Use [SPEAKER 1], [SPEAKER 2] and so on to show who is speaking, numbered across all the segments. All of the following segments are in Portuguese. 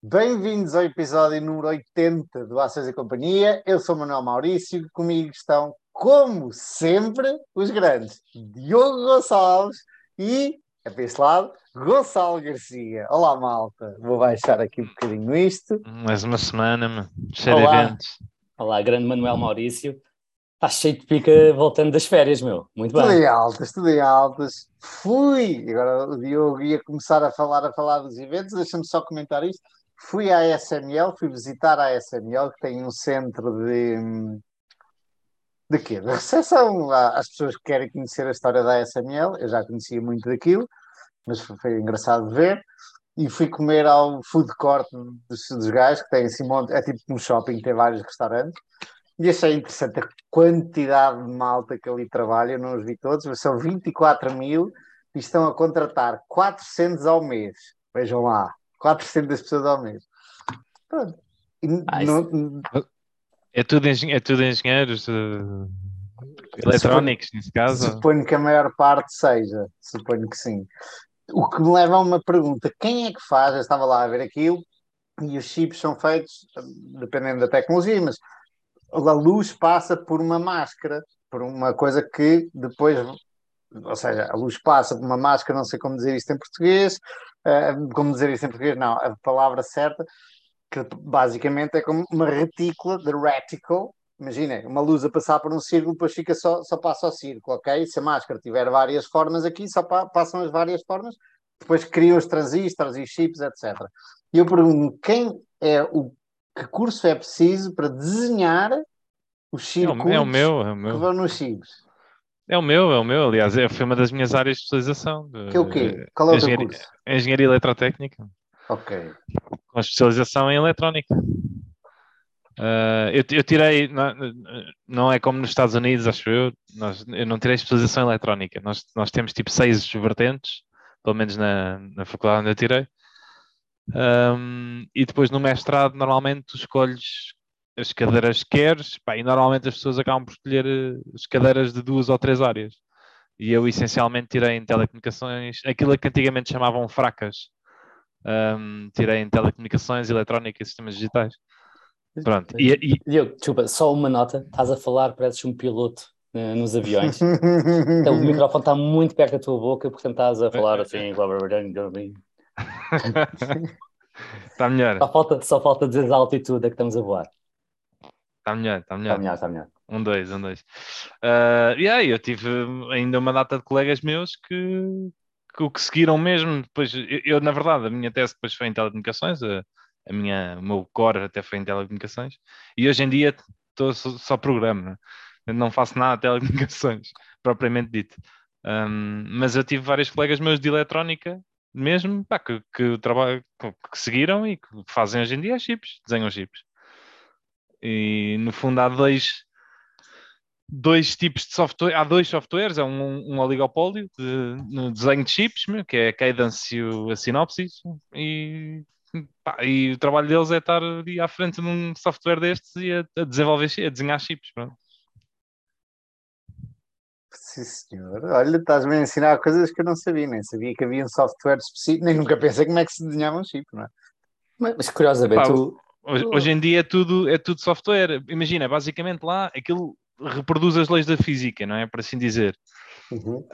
[SPEAKER 1] Bem-vindos ao episódio número 80 do Ações e Companhia. Eu sou Manuel Maurício, comigo estão, como sempre, os grandes Diogo Gonçalves e, a para esse lado, Gonçalo Garcia. Olá, malta. Vou baixar aqui um bocadinho isto.
[SPEAKER 2] Mais uma semana, mano. Cheio de
[SPEAKER 3] Olá,
[SPEAKER 2] eventos.
[SPEAKER 3] olá, grande Manuel Maurício. Está cheio de pica voltando das férias, meu. Muito
[SPEAKER 1] Tudo
[SPEAKER 3] bem.
[SPEAKER 1] em altas, tudo em altas. Fui, agora o Diogo ia começar a falar dos eventos, deixa-me só comentar isto. Fui à SML, fui visitar a SML, que tem um centro de quê? De recepção às pessoas que querem conhecer a história da ASML. Eu já conhecia muito daquilo, mas foi engraçado de ver. E fui comer ao food court dos gajos, que tem assim um monte, é tipo um shopping, tem vários restaurantes. E achei interessante a quantidade de malta que ali trabalha. Eu não os vi todos, mas são 24 mil e estão a contratar 400 ao mês. Vejam lá, 400 pessoas ao mês. Pronto. E
[SPEAKER 3] Isso.
[SPEAKER 2] É tudo engenheiros
[SPEAKER 1] suponho,
[SPEAKER 2] eletrónicos, nesse caso.
[SPEAKER 1] suponho que a maior parte seja, suponho que sim. O que me leva a uma pergunta: quem é que faz? Eu estava lá a ver aquilo e os chips são feitos, dependendo da tecnologia, mas a luz passa por uma máscara, por uma coisa que depois, ou seja, a luz passa por uma máscara, não sei como dizer isto em português, como dizer isto em português, não, a palavra certa, que basicamente é como uma retícula de reticle. Imaginem, uma luz a passar por um círculo, depois fica só passa ao círculo, ok? Se a máscara tiver várias formas aqui, só passam as várias formas, depois criam os transistores e os chips, etc. E eu pergunto, que curso é preciso para desenhar os
[SPEAKER 2] É o
[SPEAKER 1] circuitos
[SPEAKER 2] meu, é o
[SPEAKER 1] que
[SPEAKER 2] meu.
[SPEAKER 1] vão nos chips?
[SPEAKER 2] É o meu. Aliás, foi uma das minhas áreas de especialização.
[SPEAKER 1] Que é o quê? Qual é o teu curso?
[SPEAKER 2] Engenharia eletrotécnica,
[SPEAKER 1] Ok.
[SPEAKER 2] com especialização em eletrónica. Eu tirei, não é como nos Estados Unidos, acho eu, eu não tirei especialização em eletrónica. Nós temos tipo 6 vertentes, pelo menos na faculdade onde eu tirei. E depois no mestrado, normalmente, tu escolhes as cadeiras que queres, pá, e normalmente as pessoas acabam por escolher as cadeiras de 2 ou 3 áreas. E eu essencialmente tirei em telecomunicações, aquilo que antigamente chamavam fracas. Tirei em telecomunicações, eletrónica e sistemas digitais. Pronto.
[SPEAKER 3] Diogo, desculpa, só uma nota. Estás a falar, pareces um piloto nos aviões. Então, o microfone está muito perto da tua boca, portanto estás a falar assim.
[SPEAKER 2] Está melhor,
[SPEAKER 3] Só falta dizer a altitude a que estamos a voar.
[SPEAKER 2] está melhor, está
[SPEAKER 3] Está
[SPEAKER 2] melhor.
[SPEAKER 3] melhor, está melhor.
[SPEAKER 2] Um, dois. E aí, eu tive ainda uma data de colegas meus que o que seguiram mesmo. Depois, na verdade, a minha tese depois foi em telecomunicações, o meu core até foi em telecomunicações, e hoje em dia estou só programa, né? Eu não faço nada de telecomunicações, propriamente dito. Mas eu tive vários colegas meus de eletrónica mesmo, pá, que trabalham, que seguiram e que fazem hoje em dia chips, desenham chips. E no fundo há dois tipos de software, há 2 softwares, é um oligopólio no desenho de chips, que é a Cadence e a Synopsys, e o trabalho deles é estar ali à frente de um software destes e a desenvolver, a desenhar chips. Pronto.
[SPEAKER 1] Sim, senhor. Olha, estás-me a ensinar coisas que eu não sabia. Nem sabia que havia um software específico, nem nunca pensei como é que se desenhava um chip, não é?
[SPEAKER 3] Mas curiosamente,
[SPEAKER 2] Epá, hoje em dia é tudo software. Imagina, basicamente lá aquilo reproduz as leis da física, não é? Por assim dizer.
[SPEAKER 1] Uhum.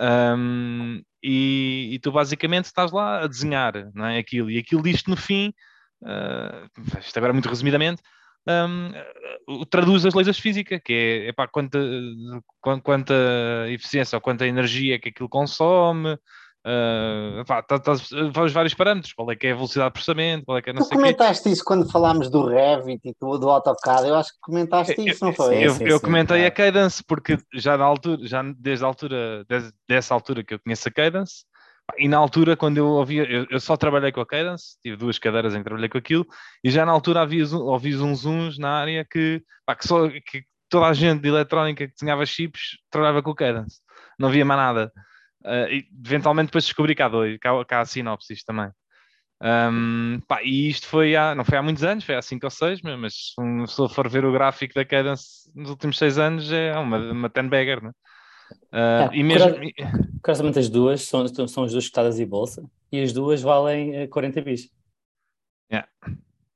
[SPEAKER 2] E tu basicamente estás lá a desenhar, não é? Aquilo, e aquilo diz-te no fim, isto agora muito resumidamente, traduz as leis da física, que é para quanta eficiência ou quanta energia que aquilo consome, os vários parâmetros, qual é que é a velocidade de processamento, qual é que é não
[SPEAKER 1] Tu
[SPEAKER 2] sei o quê.
[SPEAKER 1] comentaste isso quando falámos do Revit e do AutoCAD. Eu acho que comentaste
[SPEAKER 2] Eu,
[SPEAKER 1] isso, não
[SPEAKER 3] sim,
[SPEAKER 1] foi?
[SPEAKER 3] sim,
[SPEAKER 2] eu
[SPEAKER 3] sim.
[SPEAKER 2] comentei a Cadence porque já na altura, já desde a altura, dessa altura que eu conheço a Cadence, e na altura quando eu ouvia, eu só trabalhei com a Cadence, tive 2 cadeiras em que trabalhei com aquilo, e já na altura ouvi uns zooms na área que toda a gente de eletrónica que desenhava chips trabalhava com o Cadence, não havia mais nada. E eventualmente depois descobri que há dois, que há a Synopsys também. E isto não foi há muitos anos, foi há 5 ou 6, mas se eu for ver o gráfico da Cadence nos últimos 6 anos, é uma ten bagger, né? E mesmo.
[SPEAKER 3] Curiosamente, as duas são as duas cotadas em bolsa e as duas valem 40 bis.
[SPEAKER 2] Yeah.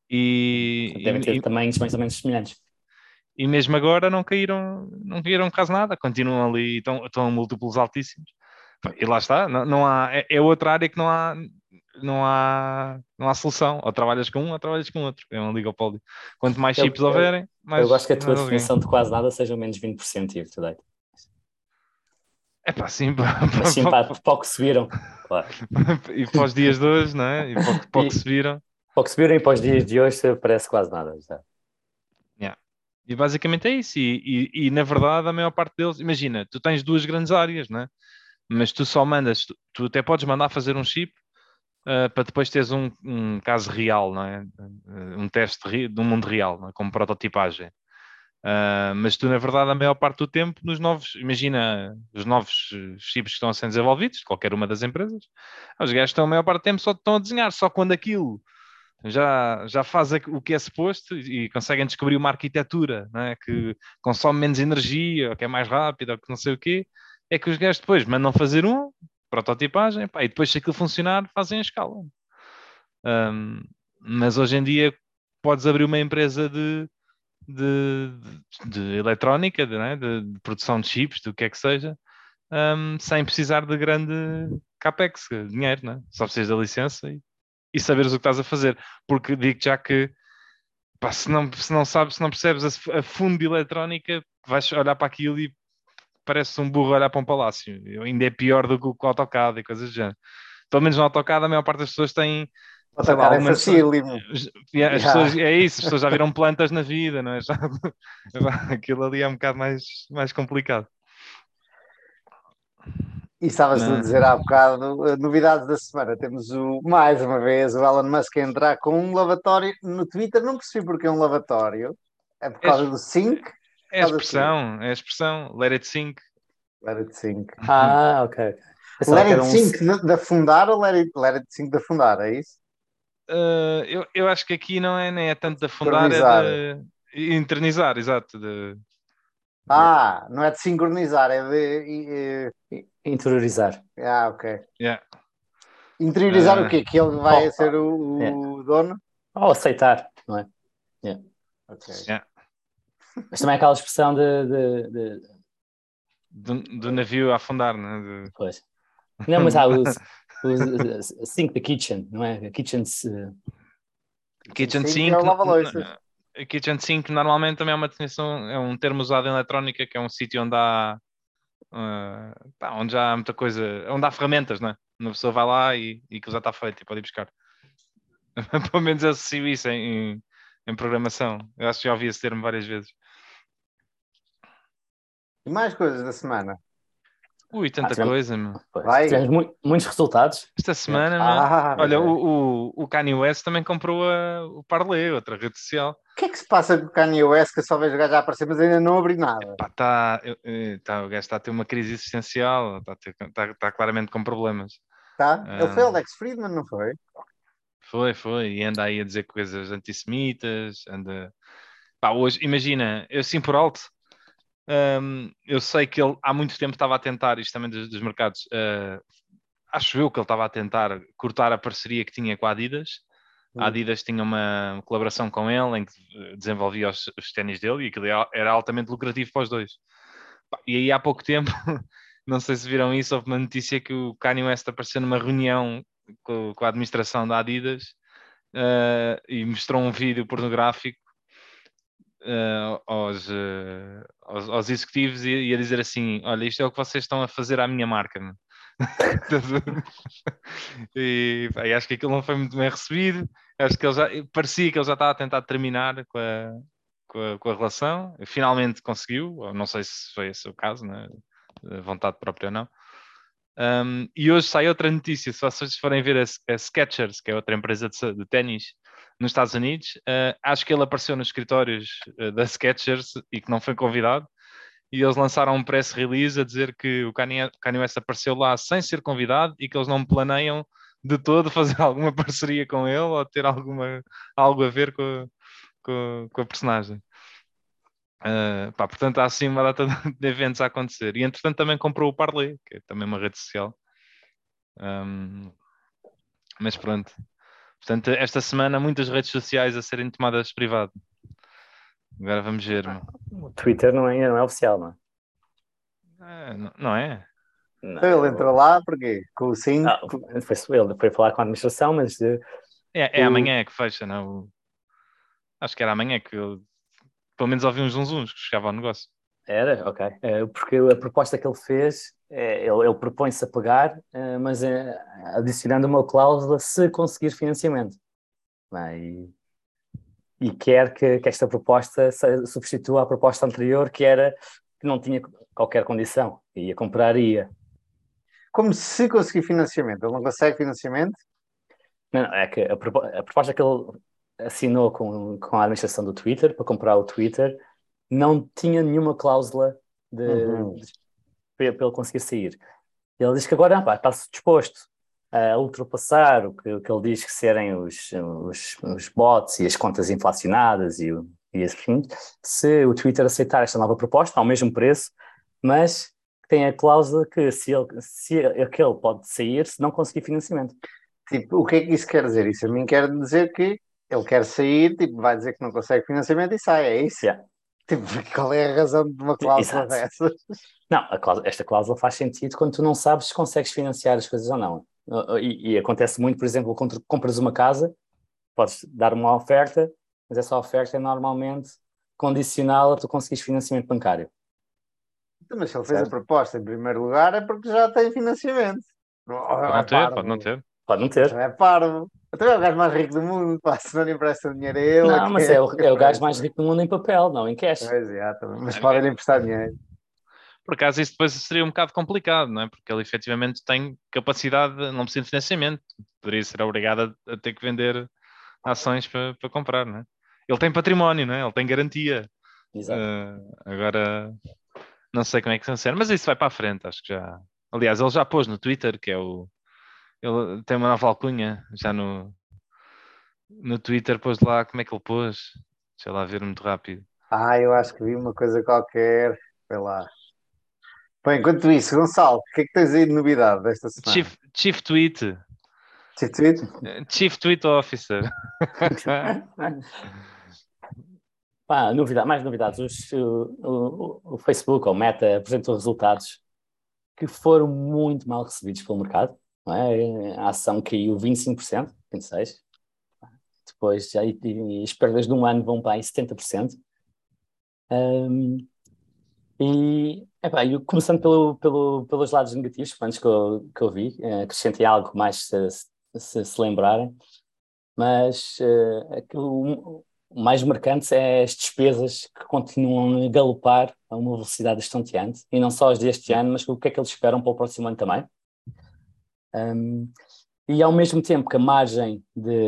[SPEAKER 3] Devem ter
[SPEAKER 2] E,
[SPEAKER 3] tamanhos mais ou menos semelhantes.
[SPEAKER 2] e mesmo agora não caíram quase nada, continuam ali, estão a múltiplos altíssimos. E lá está, não há, é outra área que não há solução. Ou trabalhas com um, ou trabalhas com outro. É um oligopólio. Quanto mais
[SPEAKER 3] Eu,
[SPEAKER 2] chips
[SPEAKER 3] eu,
[SPEAKER 2] houverem,
[SPEAKER 3] eu gosto
[SPEAKER 2] mais,
[SPEAKER 3] que a tua
[SPEAKER 2] mais alguém.
[SPEAKER 3] definição de quase nada seja o menos 20% year to date.
[SPEAKER 2] É pá, sim,
[SPEAKER 3] Mas sim, para o que subiram, claro.
[SPEAKER 2] e para os dias de hoje, não é? E para o que
[SPEAKER 3] E
[SPEAKER 2] se viram.
[SPEAKER 3] para o que subiram e para os dias de hoje parece quase nada. Já.
[SPEAKER 2] Yeah. E basicamente é isso. E na verdade, a maior parte deles, imagina, tu tens duas grandes áreas, não é? Mas tu só mandas, tu até podes mandar fazer um chip para depois teres um caso real, não é? Um teste de um mundo real, não é? Como prototipagem. Mas tu, na verdade, a maior parte do tempo, nos novos, imagina os novos chips que estão a ser desenvolvidos, de qualquer uma das empresas, os gajos estão a maior parte do tempo só estão a desenhar, só quando aquilo já faz o que é suposto e conseguem descobrir uma arquitetura, não é? Que consome menos energia, ou que é mais rápida, ou que não sei o quê, é que os gajos depois mandam fazer prototipagem, pá, e depois se aquilo funcionar, fazem a escala. Um, mas hoje em dia podes abrir uma empresa de, de eletrónica, né? De produção de chips, do que é que seja, sem precisar de grande capex, dinheiro, né? Só precisas da licença e saberes o que estás a fazer. Porque digo já que pá, se não sabes, se não percebes a fundo de eletrónica, vais olhar para aquilo e parece um burro olhar para um palácio. Ainda é pior do que o AutoCAD e coisas do género. Pelo menos no AutoCAD a maior parte das pessoas tem, sei lá,
[SPEAKER 1] AutoCAD é
[SPEAKER 2] alguma noção.
[SPEAKER 1] facílimo.
[SPEAKER 2] As pessoas,
[SPEAKER 1] Yeah.
[SPEAKER 2] é isso, as pessoas já viram plantas na vida, não é? Aquilo ali é um bocado mais complicado.
[SPEAKER 1] E estavas a
[SPEAKER 2] Mas,
[SPEAKER 1] dizer há bocado, novidades da semana. Temos mais uma vez o Elon Musk a entrar com um lavatório no Twitter. Não percebi porque é um lavatório. É por
[SPEAKER 2] é,
[SPEAKER 1] causa do sync? Por causa de quê?
[SPEAKER 2] é a expressão, let it sink.
[SPEAKER 1] Let it sink.
[SPEAKER 3] Ok. Pensava
[SPEAKER 1] Let
[SPEAKER 3] que
[SPEAKER 1] it
[SPEAKER 3] era um.
[SPEAKER 1] sink de afundar ou let it sink de afundar, é isso?
[SPEAKER 2] Eu acho que aqui não é nem é tanto de afundar, é
[SPEAKER 1] Sincronizar.
[SPEAKER 2] de internizar, exato.
[SPEAKER 1] Não é de sincronizar, é
[SPEAKER 3] Interiorizar.
[SPEAKER 1] ok.
[SPEAKER 2] Yeah.
[SPEAKER 1] Interiorizar o
[SPEAKER 2] Uh,
[SPEAKER 1] quê? Que ele vai
[SPEAKER 3] Oh,
[SPEAKER 1] ser
[SPEAKER 3] yeah.
[SPEAKER 1] o dono?
[SPEAKER 3] Ou aceitar, não é? Yeah.
[SPEAKER 1] Ok.
[SPEAKER 2] yeah.
[SPEAKER 3] Mas também aquela expressão
[SPEAKER 2] Do navio a afundar, né?
[SPEAKER 3] Pois. Não, mas há os sink the kitchen, não é? A kitchen.
[SPEAKER 1] Kitchen
[SPEAKER 2] Kitchen
[SPEAKER 1] sink é
[SPEAKER 2] sink,
[SPEAKER 1] o lava-loiças.
[SPEAKER 2] kitchen sink normalmente também é uma definição, é um termo usado em eletrónica, que é um sítio onde há, onde já há muita coisa, onde há ferramentas, né? Uma pessoa vai lá e que já está feito e pode ir buscar. Pelo menos eu associo isso em programação. Eu acho que já ouvi esse termo várias vezes.
[SPEAKER 1] E mais coisas da semana.
[SPEAKER 2] Ui, tanta
[SPEAKER 3] Tivemos,
[SPEAKER 2] coisa, meu.
[SPEAKER 3] pois,
[SPEAKER 1] Vai.
[SPEAKER 3] tivemos muitos resultados.
[SPEAKER 2] Esta
[SPEAKER 3] Yeah.
[SPEAKER 2] semana, meu.
[SPEAKER 1] Pois
[SPEAKER 2] Olha,
[SPEAKER 1] é.
[SPEAKER 2] o Kanye West também comprou o Parler, outra rede social.
[SPEAKER 1] O que é que se passa com o Kanye West que eu só vejo o gajo a aparecer, mas ainda não abri nada?
[SPEAKER 2] Pá, o gajo está a ter uma crise existencial, está claramente com problemas.
[SPEAKER 1] Tá? Ele foi
[SPEAKER 2] Um,
[SPEAKER 1] Alex Friedman, não foi?
[SPEAKER 2] foi, e anda aí a dizer coisas antissemitas, anda... Pá, hoje, imagina, eu assim por alto, eu sei que ele há muito tempo estava a tentar, isto também dos mercados, acho eu que ele estava a tentar cortar a parceria que tinha com a Adidas. A
[SPEAKER 1] Hum.
[SPEAKER 2] Adidas tinha uma colaboração com ele em que desenvolvia os ténis dele e aquilo era altamente lucrativo para os dois. Pá, e aí há pouco tempo, não sei se viram isso, houve uma notícia que o Kanye West apareceu numa reunião com a administração da Adidas e mostrou um vídeo pornográfico aos executivos e a dizer assim: olha, isto é o que vocês estão a fazer à minha marca. Meu. E pá, acho que aquilo não foi muito bem recebido. Acho que parecia que ele já estava a tentar terminar com a relação. Finalmente conseguiu, ou não sei se foi esse o caso, né? Vontade própria ou não. E hoje sai outra notícia. Se vocês forem ver a Skechers, que é outra empresa de ténis nos Estados Unidos, acho que ele apareceu nos escritórios da Skechers e que não foi convidado. E eles lançaram um press release a dizer que o Kanye West apareceu lá sem ser convidado e que eles não planeiam de todo fazer alguma parceria com ele ou ter algo a ver com a personagem. Pá, portanto, há assim uma data de eventos a acontecer. E entretanto também comprou o Parler, que é também uma rede social. Mas pronto. Portanto, esta semana muitas redes sociais a serem tomadas privado. Agora vamos ver, meu.
[SPEAKER 3] O Twitter não é oficial, não é?
[SPEAKER 2] Não é?
[SPEAKER 3] Não,
[SPEAKER 1] Então ele entrou lá, porque com o 5.
[SPEAKER 3] ele foi falar com a administração, mas
[SPEAKER 2] É amanhã que fecha, não? Acho que era amanhã que eu, pelo menos ouvi uns zunzuns que chegava ao negócio.
[SPEAKER 3] era, ok. Porque a proposta que ele fez, ele propõe-se a pagar, mas adicionando uma cláusula se conseguir financiamento. Não é? E quer que esta proposta substitua a proposta anterior, que era que não tinha qualquer condição. Ia comprar, ia.
[SPEAKER 1] Como se conseguir financiamento. Ele não consegue financiamento?
[SPEAKER 3] Não, é que a proposta que ele assinou com a administração do Twitter para comprar o Twitter não tinha nenhuma cláusula
[SPEAKER 1] Uhum.
[SPEAKER 3] para ele conseguir sair. Ele diz que agora está-se disposto a ultrapassar o que ele diz que serem os bots e as contas inflacionadas e assim, se o Twitter aceitar esta nova proposta ao mesmo preço, mas tem a cláusula que se ele pode sair se não conseguir financiamento.
[SPEAKER 1] Tipo, o que é que isso quer dizer? Isso a mim quer dizer que ele quer sair, tipo, vai dizer que não consegue financiamento e sai, é isso?
[SPEAKER 3] Yeah.
[SPEAKER 1] Tipo, qual é a razão de uma cláusula
[SPEAKER 3] Exato.
[SPEAKER 1] dessas?
[SPEAKER 3] Não, esta cláusula faz sentido quando tu não sabes se consegues financiar as coisas ou não. E acontece muito, por exemplo, quando compras uma casa, podes dar uma oferta, mas essa oferta é normalmente condicional a tu conseguires financiamento bancário,
[SPEAKER 1] Então, mas se ele fez a
[SPEAKER 3] certo?
[SPEAKER 1] proposta em primeiro lugar é porque já tem financiamento.
[SPEAKER 2] Pode
[SPEAKER 1] Não
[SPEAKER 2] não
[SPEAKER 1] é
[SPEAKER 2] ter, pode não
[SPEAKER 1] parvo.
[SPEAKER 3] Pode
[SPEAKER 2] ter.
[SPEAKER 3] não
[SPEAKER 1] Então
[SPEAKER 3] ter.
[SPEAKER 1] é parvo. Então é o gajo mais rico do mundo, pá, se não lhe empresta dinheiro a ele, a
[SPEAKER 3] Não, mas
[SPEAKER 1] quem?
[SPEAKER 3] é o gajo mais rico do mundo em papel, não em cash.
[SPEAKER 1] Pois é, mas
[SPEAKER 2] É,
[SPEAKER 1] podem lhe emprestar dinheiro.
[SPEAKER 2] Por acaso isso depois seria um bocado complicado, não é? Porque ele efetivamente tem capacidade, não precisa de financiamento. Poderia ser obrigado a ter que vender ações para comprar, não é? Ele tem património, não é? Ele tem garantia.
[SPEAKER 3] Exato.
[SPEAKER 2] Agora, não sei como é que funciona, mas isso vai para a frente, acho que já. Aliás, ele já pôs no Twitter, que é o. Ele tem uma nova alcunha, já no Twitter pôs lá, como é que ele pôs? Deixa lá ver muito rápido.
[SPEAKER 1] Eu acho que vi uma coisa qualquer. Sei lá. Bem, enquanto isso, Gonçalo, o que é que tens aí de novidade desta semana?
[SPEAKER 2] Chief Tweet.
[SPEAKER 1] Tive tweet?
[SPEAKER 2] Chief Tweet Officer.
[SPEAKER 3] Pá, mais novidades. O Facebook ou o Meta apresentou resultados que foram muito mal recebidos pelo mercado. Não é? A ação caiu 25%, 26%. Depois, e as perdas de um ano vão para aí 70%. Começando pelos lados negativos, antes que eu vi, acrescentem algo mais se lembrarem, mas o mais marcante é as despesas que continuam a galopar a uma velocidade estonteante, e não só as deste ano, mas o que é que eles esperam para o próximo ano também. E ao mesmo tempo que a margem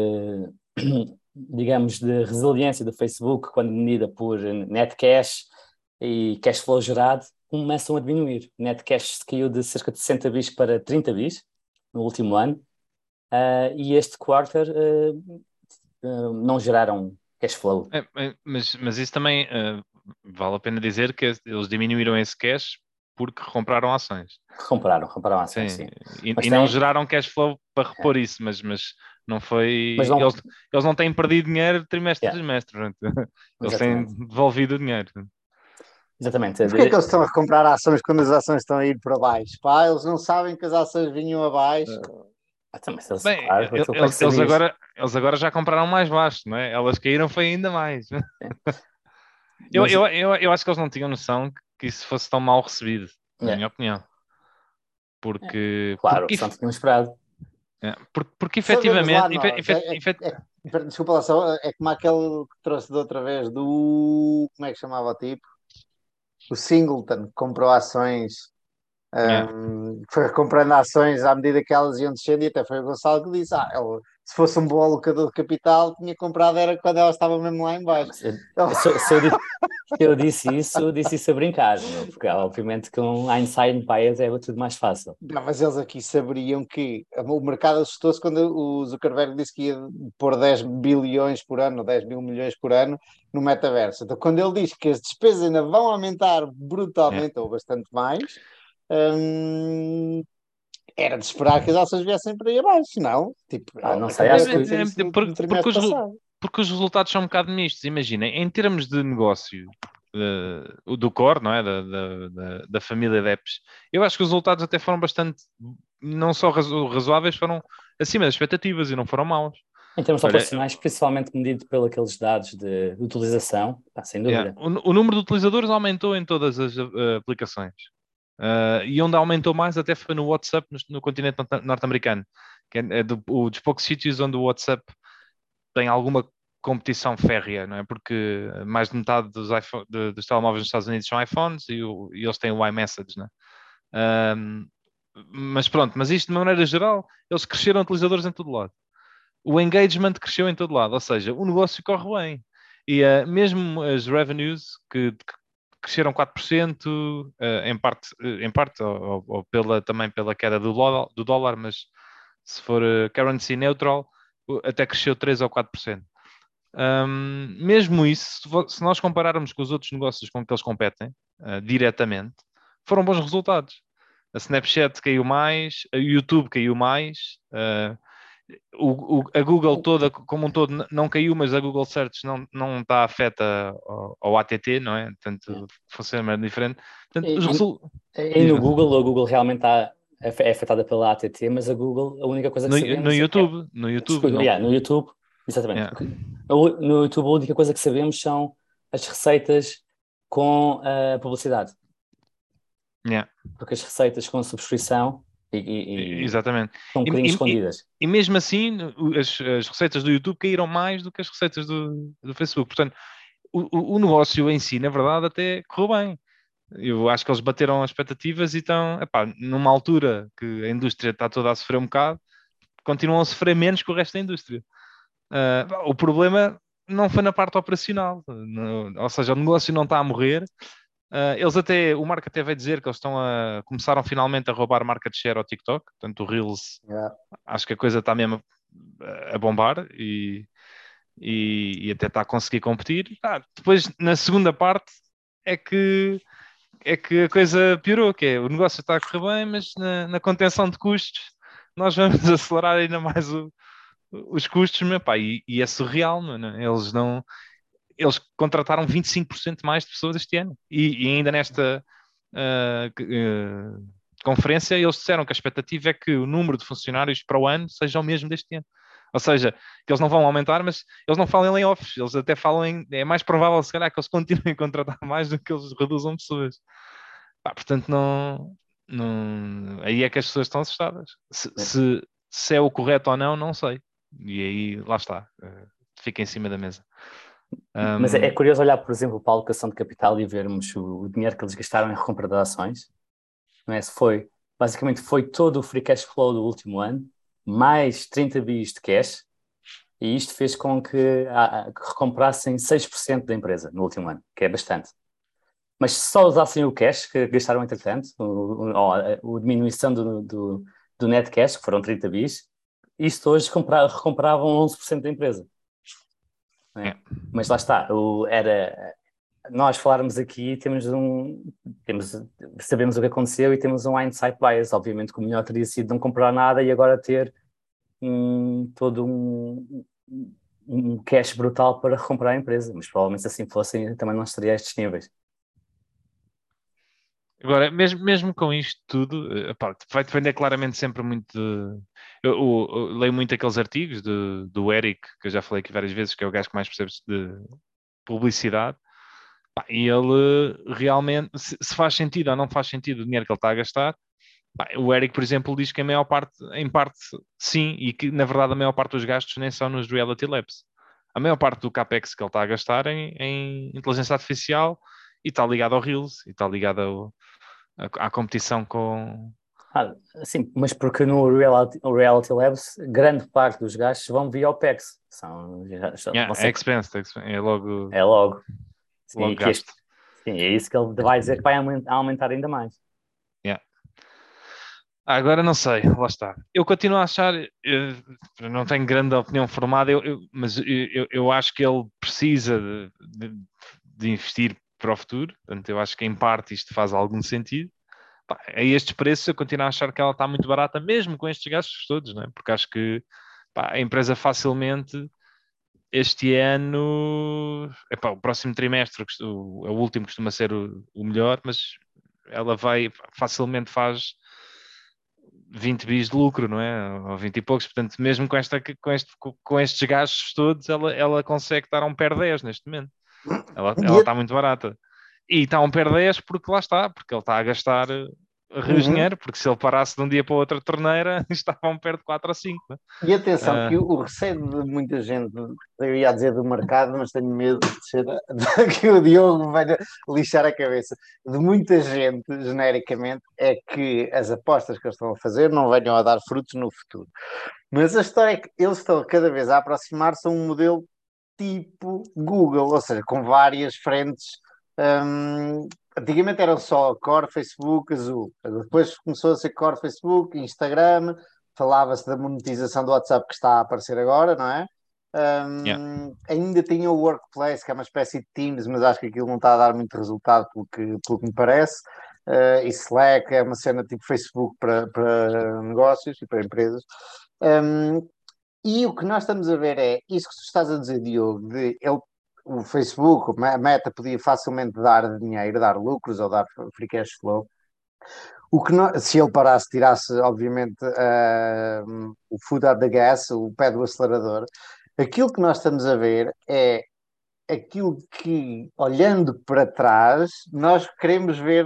[SPEAKER 3] digamos, de resiliência do Facebook, quando medida por net cash e cash flow gerado, começam a diminuir. Net cash caiu de cerca de 60 bis para 30 bis no último ano, e este quarter não geraram cash flow.
[SPEAKER 2] Mas isso também vale a pena dizer que eles diminuíram esse cash porque compraram ações.
[SPEAKER 3] Compraram ações,
[SPEAKER 2] Sim,
[SPEAKER 3] sim.
[SPEAKER 2] e não geraram cash flow para repor isso, mas não
[SPEAKER 3] Mas
[SPEAKER 2] foi.
[SPEAKER 3] não,
[SPEAKER 2] Eles não têm perdido dinheiro trimestre a
[SPEAKER 3] yeah,
[SPEAKER 2] trimestre, portanto, eles têm
[SPEAKER 3] exatamente.
[SPEAKER 2] devolvido o dinheiro.
[SPEAKER 3] Exatamente.
[SPEAKER 1] E porquê é que eles estão a recomprar ações quando as ações estão a ir para baixo? Pá, eles não sabem que as ações vinham abaixo.
[SPEAKER 3] Também,
[SPEAKER 2] Bem,
[SPEAKER 3] claro, aquilo como é que
[SPEAKER 2] eles agora já compraram mais baixo, não é? Elas caíram foi ainda mais.
[SPEAKER 3] Mas,
[SPEAKER 2] Eu acho que eles não tinham noção que isso fosse tão mal recebido, na
[SPEAKER 3] yeah,
[SPEAKER 2] minha opinião. Porque,
[SPEAKER 3] claro,
[SPEAKER 2] porque,
[SPEAKER 3] se não tínhamos esperado.
[SPEAKER 2] porque
[SPEAKER 1] Sabemos lá
[SPEAKER 2] efetivamente,
[SPEAKER 1] nós. Desculpa lá só, é como aquele que trouxe de outra vez do. Como é que chamava o tipo? O Singleton, que comprou ações.
[SPEAKER 2] yeah.
[SPEAKER 1] Foi comprando ações à medida que elas iam descendo, e até foi o Gonçalo que disse: ele, se fosse um bom alocador de capital, tinha comprado era quando elas estavam mesmo lá em
[SPEAKER 3] Não,
[SPEAKER 1] baixo.
[SPEAKER 3] mas eu disse isso a brincar, não? Porque obviamente com hindsight bias é tudo mais fácil.
[SPEAKER 1] Não, mas eles aqui saberiam que o mercado assustou-se quando o Zuckerberg disse que ia pôr 10 bilhões por ano, 10 mil milhões por ano no metaverso. Então, quando ele diz que as despesas ainda vão aumentar
[SPEAKER 2] Yeah.
[SPEAKER 1] brutalmente ou bastante mais, hum, era de esperar que as ações viessem para aí abaixo, não? Tipo,
[SPEAKER 3] Não sei,
[SPEAKER 1] acabou de
[SPEAKER 3] acho que
[SPEAKER 1] acontecer isso no trimestre passado.
[SPEAKER 2] porque os resultados são um bocado mistos. Imaginem, em termos de negócio, do core, não é? Da família de apps, eu acho que os resultados até foram bastante, não só razoáveis, foram acima das expectativas e não foram maus.
[SPEAKER 3] em termos
[SPEAKER 2] Olha,
[SPEAKER 3] operacionais, principalmente medido pelos aqueles dados de utilização, sem
[SPEAKER 2] yeah,
[SPEAKER 3] dúvida.
[SPEAKER 2] o número de utilizadores aumentou em todas as aplicações. E onde aumentou mais até foi no WhatsApp no continente norte-americano, que é dos poucos sítios onde o WhatsApp tem alguma competição férrea, não é? Porque mais de metade dos telemóveis nos Estados Unidos são iPhones e eles têm o iMessage, não é? Mas pronto, mas isto de maneira geral, eles cresceram utilizadores em todo lado. O engagement cresceu em todo lado, ou seja, o negócio corre bem. E mesmo as revenues que cresceram 4%, em parte ou também pela queda do dólar, mas se for currency neutral, até cresceu 3 ou 4%. Mesmo isso, se nós compararmos com os outros negócios com que eles competem, diretamente, foram bons resultados. A Snapchat caiu mais, a YouTube caiu mais, a Google toda, como um todo, não caiu, mas a Google Search não está afeta ao ATT, não é? Portanto, funciona diferente. Portanto,
[SPEAKER 3] E no Google, a Google realmente é afetada pela ATT, mas a Google, a única coisa que sabemos
[SPEAKER 2] no
[SPEAKER 3] é que
[SPEAKER 2] YouTube, no YouTube,
[SPEAKER 3] desculpa, no YouTube, exatamente.
[SPEAKER 2] Yeah.
[SPEAKER 3] No YouTube, a única coisa que sabemos são as receitas com a publicidade.
[SPEAKER 2] Yeah.
[SPEAKER 3] Porque as receitas com subscrição
[SPEAKER 2] Exatamente.
[SPEAKER 3] são um bocadinho escondidas.
[SPEAKER 2] E mesmo assim, as receitas do YouTube caíram mais do que as receitas do Facebook. Portanto, o negócio em si, na verdade, até correu bem. Eu acho que eles bateram as expectativas e estão, numa altura que a indústria está toda a sofrer um bocado, continuam a sofrer menos que o resto da indústria. O problema não foi na parte operacional, ou seja, o negócio não está a morrer. O Mark até veio dizer que eles começaram finalmente a roubar market share ao TikTok, portanto o Reels, acho que a coisa está mesmo a bombar e até está a conseguir competir. Depois, na segunda parte, é que a coisa piorou, que é o negócio está a correr bem, mas na contenção de custos nós vamos acelerar ainda mais os custos, e é surreal, não é? Eles contrataram 25% mais de pessoas este ano. E ainda nesta conferência, eles disseram que a expectativa é que o número de funcionários para o ano seja o mesmo deste ano. Ou seja, que eles não vão aumentar, mas eles não falam em layoffs. Eles até falam é mais provável, se calhar, que eles continuem a contratar mais do que eles reduzam pessoas. Portanto, aí é que as pessoas estão assustadas. Se é o correto ou não, não sei. E aí, lá está. Fica em cima da mesa.
[SPEAKER 3] Mas é curioso olhar, por exemplo, para a alocação de capital e vermos o dinheiro que eles gastaram em recompra de ações. Não é? Basicamente foi todo o free cash flow do último ano, mais 30 bis de cash, e isto fez com que recomprassem 6% da empresa no último ano, que é bastante. Mas se só usassem o cash que gastaram entretanto, a diminuição do net cash, que foram 30 bis, isto hoje recompravam 11% da empresa. É. Mas lá está, nós falarmos aqui, sabemos o que aconteceu e temos um hindsight bias. Obviamente que o melhor teria sido não comprar nada e agora ter todo um cash brutal para recomprar a empresa, mas provavelmente se assim fossem também não estaria a estes níveis.
[SPEAKER 2] Agora, mesmo com isto tudo, vai depender claramente sempre muito de... Eu leio muito aqueles artigos do Eric, que eu já falei aqui várias vezes, que é o gajo que mais percebe de publicidade, e ele realmente, se faz sentido ou não faz sentido o dinheiro que ele está a gastar, o Eric, por exemplo, diz que em parte, sim, e que na verdade a maior parte dos gastos nem são nos Reality Labs. A maior parte do CAPEX que ele está a gastar em inteligência artificial e está ligado ao Reels, e está ligado à competição com...
[SPEAKER 3] Sim, mas porque no Reality Labs grande parte dos gastos vão via OPEX.
[SPEAKER 2] É expense, é logo...
[SPEAKER 3] É logo. Sim,
[SPEAKER 2] logo gasto.
[SPEAKER 3] Sim, é isso que ele vai dizer que vai aumentar ainda mais.
[SPEAKER 2] Agora não sei, lá está. Eu continuo a achar, não tenho grande opinião formada, mas eu acho que ele precisa de investir para o futuro, portanto eu acho que em parte isto faz algum sentido, pá, a estes preços eu continuo a achar que ela está muito barata, mesmo com estes gastos todos, não é? Porque acho que pá, a empresa facilmente este ano, epá, o próximo trimestre, o último costuma ser o melhor, mas ela facilmente faz 20 bis de lucro, não é? Ou 20 e poucos, portanto, mesmo com estes gastos todos, ela consegue estar a um PER 10 neste momento. Ela
[SPEAKER 1] E,
[SPEAKER 2] está muito barata. E está a um PER 10 porque lá está, porque ele está a gastar rios de
[SPEAKER 1] uhum.
[SPEAKER 2] dinheiro, porque se ele parasse de um dia para o outro a torneira, estava a um PER de 4 a 5. Né?
[SPEAKER 1] E atenção, que o receio de muita gente, eu ia dizer do mercado, mas tenho medo de ser que o Diogo vai lixar a cabeça. De muita gente, genericamente, é que as apostas que eles estão a fazer não venham a dar frutos no futuro. Mas a história é que eles estão cada vez a aproximar-se a um modelo tipo Google, ou seja, com várias frentes. Antigamente eram só Core, Facebook, Azul. Depois começou a ser Core, Facebook, Instagram. Falava-se da monetização do WhatsApp que está a aparecer agora, não é?
[SPEAKER 2] Yeah.
[SPEAKER 1] Ainda tinha o Workplace, que é uma espécie de Teams, mas acho que aquilo não está a dar muito resultado, pelo que me parece. E Slack é uma cena tipo Facebook para negócios e para empresas. Um, e o que nós estamos a ver é isso que tu estás a dizer, Diogo, o Facebook, a Meta podia facilmente dar dinheiro, dar lucros ou dar free cash flow. Se ele parasse, tirasse, obviamente, o foot out the gas, o pé do acelerador, aquilo que nós estamos a ver é aquilo que, olhando para trás, nós queremos ver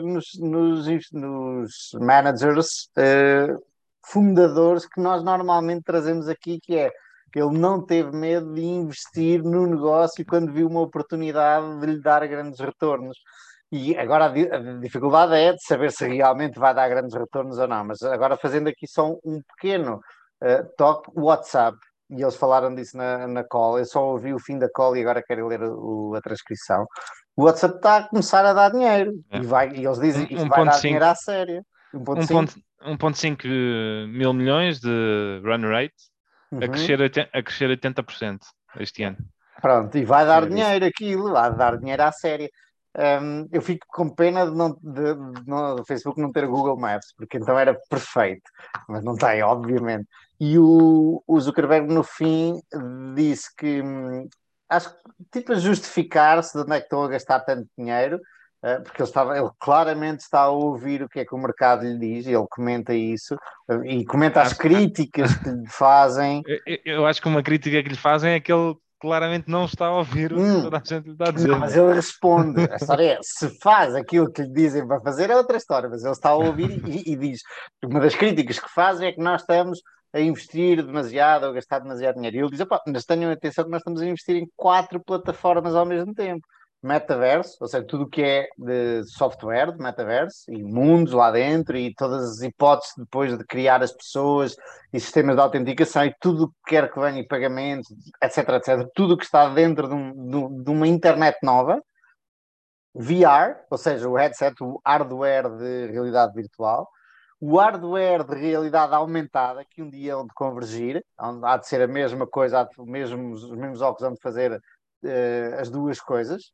[SPEAKER 1] nos managers, fundadores que nós normalmente trazemos aqui, que é que ele não teve medo de investir no negócio quando viu uma oportunidade de lhe dar grandes retornos. E agora a dificuldade é de saber se realmente vai dar grandes retornos ou não. Mas agora fazendo aqui só um pequeno toque, o WhatsApp, e eles falaram disso na call, eu só ouvi o fim da call e agora quero ler a transcrição. O WhatsApp está a começar a dar dinheiro e eles dizem que isto vai dar dinheiro à séria. 1,5.
[SPEAKER 2] 1,5 mil milhões de run rate a crescer 80% este ano.
[SPEAKER 1] Pronto, e vai dar dinheiro aquilo, vai dar dinheiro à séria. Eu fico com pena do Facebook não ter Google Maps, porque então era perfeito, mas não tem, obviamente. E o Zuckerberg, no fim, disse que acho que tipo a justificar-se de onde é que estão a gastar tanto dinheiro, porque ele claramente está a ouvir o que é que o mercado lhe diz, e ele comenta isso, e comenta as críticas que lhe fazem.
[SPEAKER 2] Eu acho que uma crítica que lhe fazem é que ele claramente não está a ouvir o que toda a gente lhe está a dizer.
[SPEAKER 1] Não, mas ele responde. A história é, se faz aquilo que lhe dizem para fazer é outra história, mas ele está a ouvir e diz, uma das críticas que fazem é que nós estamos a investir demasiado ou a gastar demasiado dinheiro. E ele diz, mas tenham atenção que nós estamos a investir em 4 plataformas ao mesmo tempo. Metaverso, ou seja, tudo o que é de software de metaverso e mundos lá dentro e todas as hipóteses depois de criar as pessoas e sistemas de autenticação e tudo o que quer que venha e pagamentos, etc, tudo o que está dentro de uma internet nova, VR, ou seja, o headset, o hardware de realidade virtual, o hardware de realidade aumentada, que um dia hão de convergir, há de ser a mesma coisa, os mesmos óculos hão de fazer as duas coisas,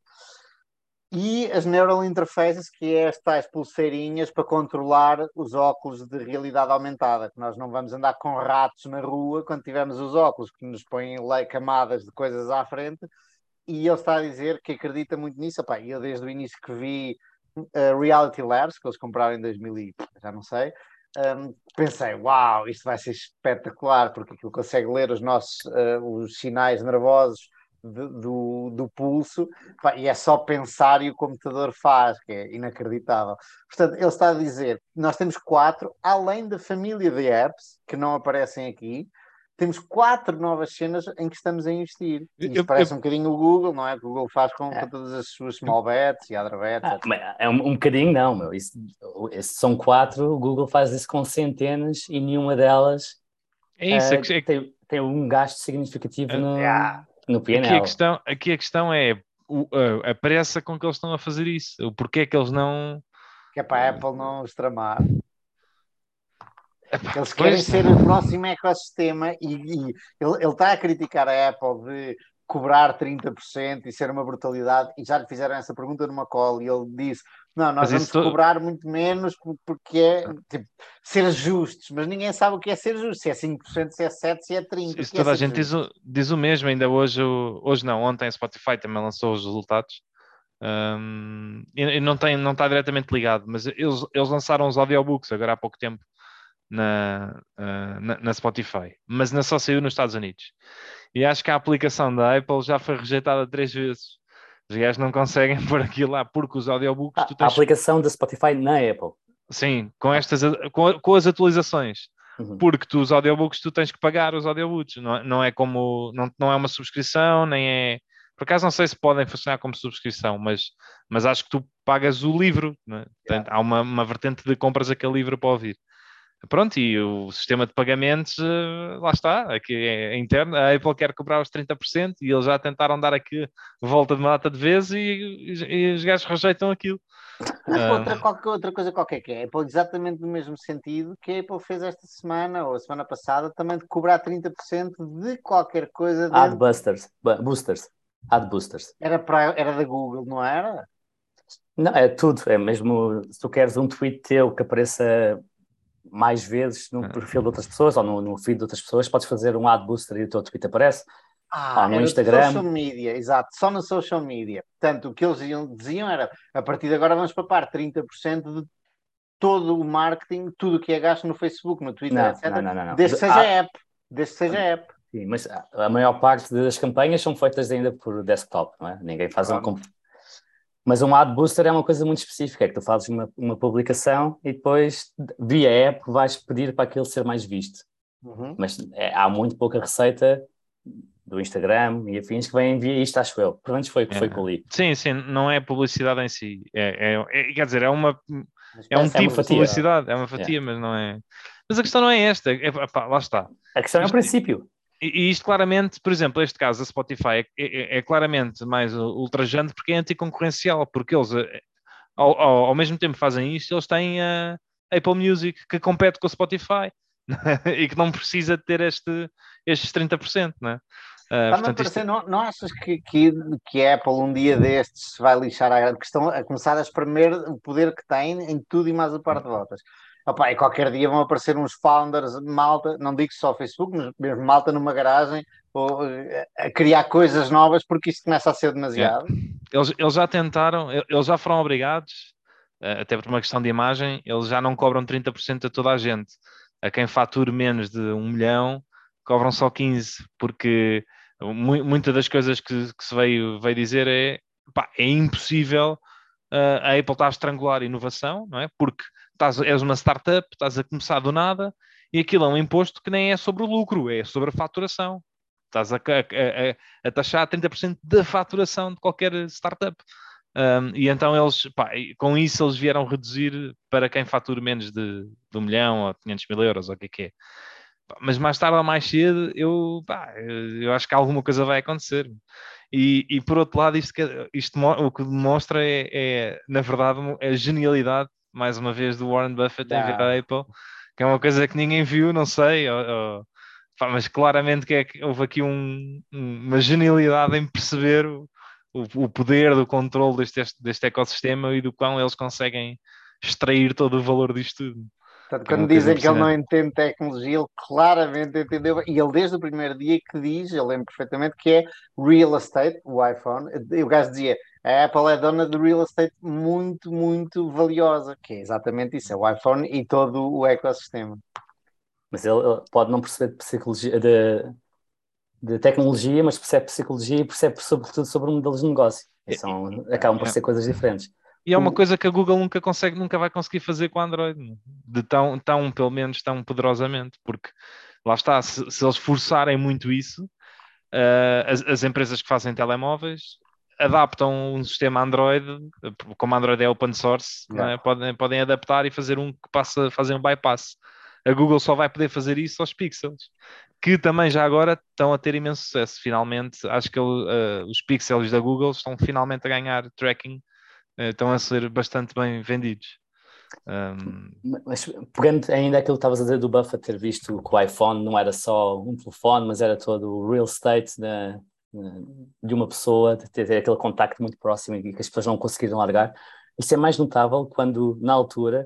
[SPEAKER 1] e as neural interfaces, que é as tais pulseirinhas para controlar os óculos de realidade aumentada, que nós não vamos andar com ratos na rua quando tivermos os óculos que nos põem camadas de coisas à frente, e ele está a dizer que acredita muito nisso. Epá, eu desde o início que vi Reality Labs, que eles compraram em 2000 já não sei, pensei, uau, isto vai ser espetacular, porque aquilo consegue ler os sinais nervosos do pulso, pá, e é só pensar e o computador faz, que é inacreditável. Portanto, ele está a dizer, nós temos 4, além da família de apps, que não aparecem aqui, temos 4 novas cenas em que estamos a investir. Isto parece um bocadinho o Google, não é? O Google faz com todas as suas small bets e other bets.
[SPEAKER 3] É um bocadinho, não, meu. Isso são 4, o Google faz isso com centenas e nenhuma delas tem um gasto significativo no PNL.
[SPEAKER 2] Aqui a questão é a pressa com que eles estão a fazer isso. O porquê é que eles não...
[SPEAKER 1] Que é para a Apple não os tramar. Eles querem ser o próximo ecossistema e ele está a criticar a Apple de cobrar 30% e ser uma brutalidade, e já lhe fizeram essa pergunta numa call e ele disse, não, nós vamos cobrar muito menos porque é tipo, ser justos, mas ninguém sabe o que é ser justo, se é 5%, se é 7%, se é 30%.
[SPEAKER 2] Isso toda a gente diz o mesmo, ainda hoje não, ontem a Spotify também lançou os resultados. E não está diretamente ligado, mas eles lançaram os audiobooks agora há pouco tempo na Spotify, mas não só saiu nos Estados Unidos. E acho que a aplicação da Apple já foi rejeitada 3 vezes. Os gajos não conseguem pôr aquilo lá porque os audiobooks tu tens...
[SPEAKER 3] A aplicação da Spotify na Apple.
[SPEAKER 2] Sim, com as atualizações. Porque os audiobooks tu tens que pagar os audiobooks, não é como não é uma subscrição, nem é. Por acaso não sei se podem funcionar como subscrição, mas acho que tu pagas o livro, né? Há uma vertente de compras aquele livro para ouvir. Pronto, e o sistema de pagamentos, lá está, aqui é interno, a Apple quer cobrar os 30% e eles já tentaram dar aqui volta de uma data de vezes e os gajos rejeitam aquilo.
[SPEAKER 1] Outra coisa qualquer que é, Apple exatamente no mesmo sentido que a Apple fez esta semana ou a semana passada, também de cobrar 30% de qualquer coisa dentro...
[SPEAKER 3] Boosters. Ad boosters.
[SPEAKER 1] Era da Google, não era?
[SPEAKER 3] Não, é tudo, é mesmo, se tu queres um tweet teu que apareça mais vezes no perfil de outras pessoas ou no feed de outras pessoas, podes fazer um ad booster e o teu tweet aparece. No Instagram.
[SPEAKER 1] Social media, exato, só no social media. Portanto, o que eles diziam era, a partir de agora vamos papar 30% de todo o marketing, tudo o que é gasto no Facebook, no Twitter, etc.
[SPEAKER 3] Não.
[SPEAKER 1] Desde que seja app. Desde que seja app.
[SPEAKER 3] Sim, mas a maior parte das campanhas são feitas ainda por desktop, não é? Ninguém faz Mas um ad booster é uma coisa muito específica, é que tu fazes uma publicação e depois, via app, vais pedir para aquilo ser mais visto. Mas há muito pouca receita do Instagram e afins que vêm via isto, acho eu. Pelo menos foi o que foi que eu li.
[SPEAKER 2] Sim, não é publicidade em si. Quer dizer, é um tipo de publicidade, é uma fatia, mas não é... Mas a questão não é esta, lá está.
[SPEAKER 3] A questão é o princípio.
[SPEAKER 2] E isto claramente, por exemplo, este caso, a Spotify é claramente mais ultrajante porque é anticoncorrencial, porque eles, ao mesmo tempo fazem isto, eles têm a Apple Music que compete com o Spotify e que não precisa ter estes 30%, não é?
[SPEAKER 1] Portanto, não achas que a Apple um dia destes se vai lixar à grande questão a começar a espremer o poder que tem em tudo e mais a par de voltas? E qualquer dia vão aparecer uns founders, malta, não digo só Facebook, mas mesmo malta numa garagem ou a criar coisas novas porque isto começa a ser demasiado.
[SPEAKER 2] Eles já tentaram, eles já foram obrigados, até por uma questão de imagem, eles já não cobram 30% a toda a gente. A quem fature menos de 1 milhão, cobram só 15%, porque muitas das coisas que se veio dizer é impossível a Apple está a estrangular a inovação, não é? Porque és uma startup, estás a começar do nada e aquilo é um imposto que nem é sobre o lucro, é sobre a faturação. Estás a taxar 30% da faturação de qualquer startup. E então eles, com isso eles vieram reduzir para quem fatura menos de 1 milhão ou 500 mil euros, ou o que é. Mas mais tarde ou mais cedo eu acho que alguma coisa vai acontecer. E por outro lado, isto o que demonstra é na verdade, a genialidade, mais uma vez, do Warren Buffett em ver a Apple, que é uma coisa que ninguém viu, não sei, mas claramente que houve aqui uma genialidade em perceber o poder do controle deste ecossistema e do quão eles conseguem extrair todo o valor disto tudo.
[SPEAKER 1] Portanto, quando dizem que ele não entende tecnologia, ele claramente entendeu. E ele, desde o primeiro dia que diz, eu lembro perfeitamente, que é real estate, o iPhone. E o gajo dizia, a Apple é dona de real estate muito, muito valiosa, que é exatamente isso, é o iPhone e todo o ecossistema.
[SPEAKER 3] Mas ele pode não perceber de psicologia, de tecnologia, mas percebe psicologia e percebe sobretudo sobre modelos de negócio. Acabam por ser coisas diferentes.
[SPEAKER 2] E é uma coisa que a Google nunca vai conseguir fazer com a Android, de pelo menos tão poderosamente, porque lá está, se eles forçarem muito isso, as empresas que fazem telemóveis adaptam um sistema Android, como a Android é open source, não é? Podem adaptar e fazer fazer um bypass. A Google só vai poder fazer isso aos pixels, que também já agora estão a ter imenso sucesso. Finalmente, acho que os pixels da Google estão finalmente a ganhar tracking, estão a ser bastante bem vendidos.
[SPEAKER 3] Mas pegando ainda aquilo que estavas a dizer do Buffett ter visto que o iPhone não era só um telefone, mas era todo o real estate de uma pessoa, de ter aquele contacto muito próximo e que as pessoas não conseguiram largar. Isso é mais notável quando, na altura,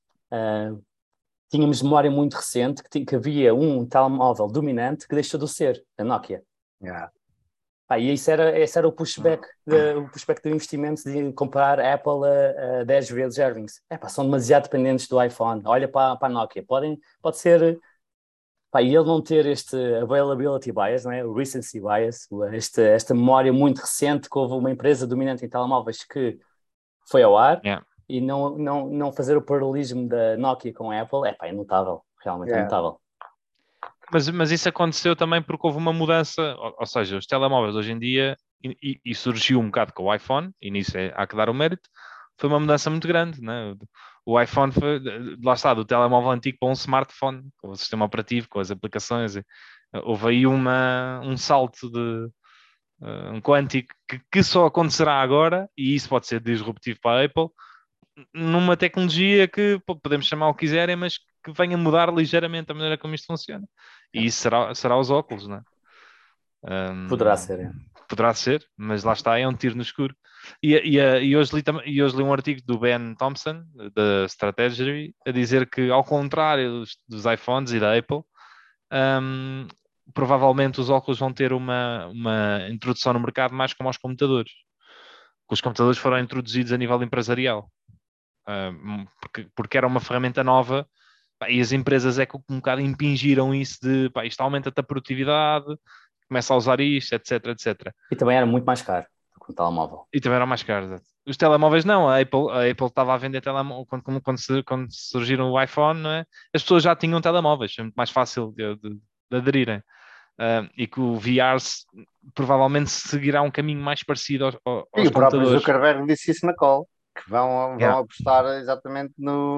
[SPEAKER 3] tínhamos memória muito recente que havia um telemóvel dominante que deixou de ser, a Nokia.
[SPEAKER 1] Yeah.
[SPEAKER 3] E esse era o pushback do investimento de comprar a Apple a 10 vezes earnings. São demasiado dependentes do iPhone. Olha para a Nokia. Pode ser... e ele não ter este availability bias, não é? O recency bias, esta memória muito recente que houve uma empresa dominante em telemóveis que foi ao ar,
[SPEAKER 2] Yeah.
[SPEAKER 3] e não fazer o paralelismo da Nokia com a Apple, é notável. Realmente é notável.
[SPEAKER 2] Mas isso aconteceu também porque houve uma mudança, ou seja, os telemóveis hoje em dia, e surgiu um bocado com o iPhone, e nisso há que dar o mérito, foi uma mudança muito grande, né? O iPhone foi, lá está, do telemóvel antigo para um smartphone, com o sistema operativo, com as aplicações, houve aí um salto um quântico que só acontecerá agora, e isso pode ser disruptivo para a Apple, numa tecnologia que podemos chamar o que quiserem, mas que venha mudar ligeiramente a maneira como isto funciona. E isso será os óculos, não é?
[SPEAKER 3] Poderá ser, é.
[SPEAKER 2] Poderá ser, mas lá está, é um tiro no escuro. E hoje li um artigo do Ben Thompson, da Strategy, a dizer que, ao contrário dos iPhones e da Apple, provavelmente os óculos vão ter uma introdução no mercado mais como aos computadores. Os computadores foram introduzidos a nível empresarial. Porque era uma ferramenta nova, e as empresas é que um bocado impingiram isso de isto aumenta-te a produtividade, começa a usar isto, etc, etc.
[SPEAKER 3] E também era muito mais caro do que um telemóvel.
[SPEAKER 2] E também era mais caro. Os telemóveis não, a Apple estava a vender telemóveis quando surgiram o iPhone, não é? As pessoas já tinham telemóveis, é muito mais fácil de aderirem. E que o VR provavelmente seguirá um caminho mais parecido aos
[SPEAKER 1] E o próprio
[SPEAKER 2] computadores.
[SPEAKER 1] Zuckerberg disse isso na call, que vão apostar exatamente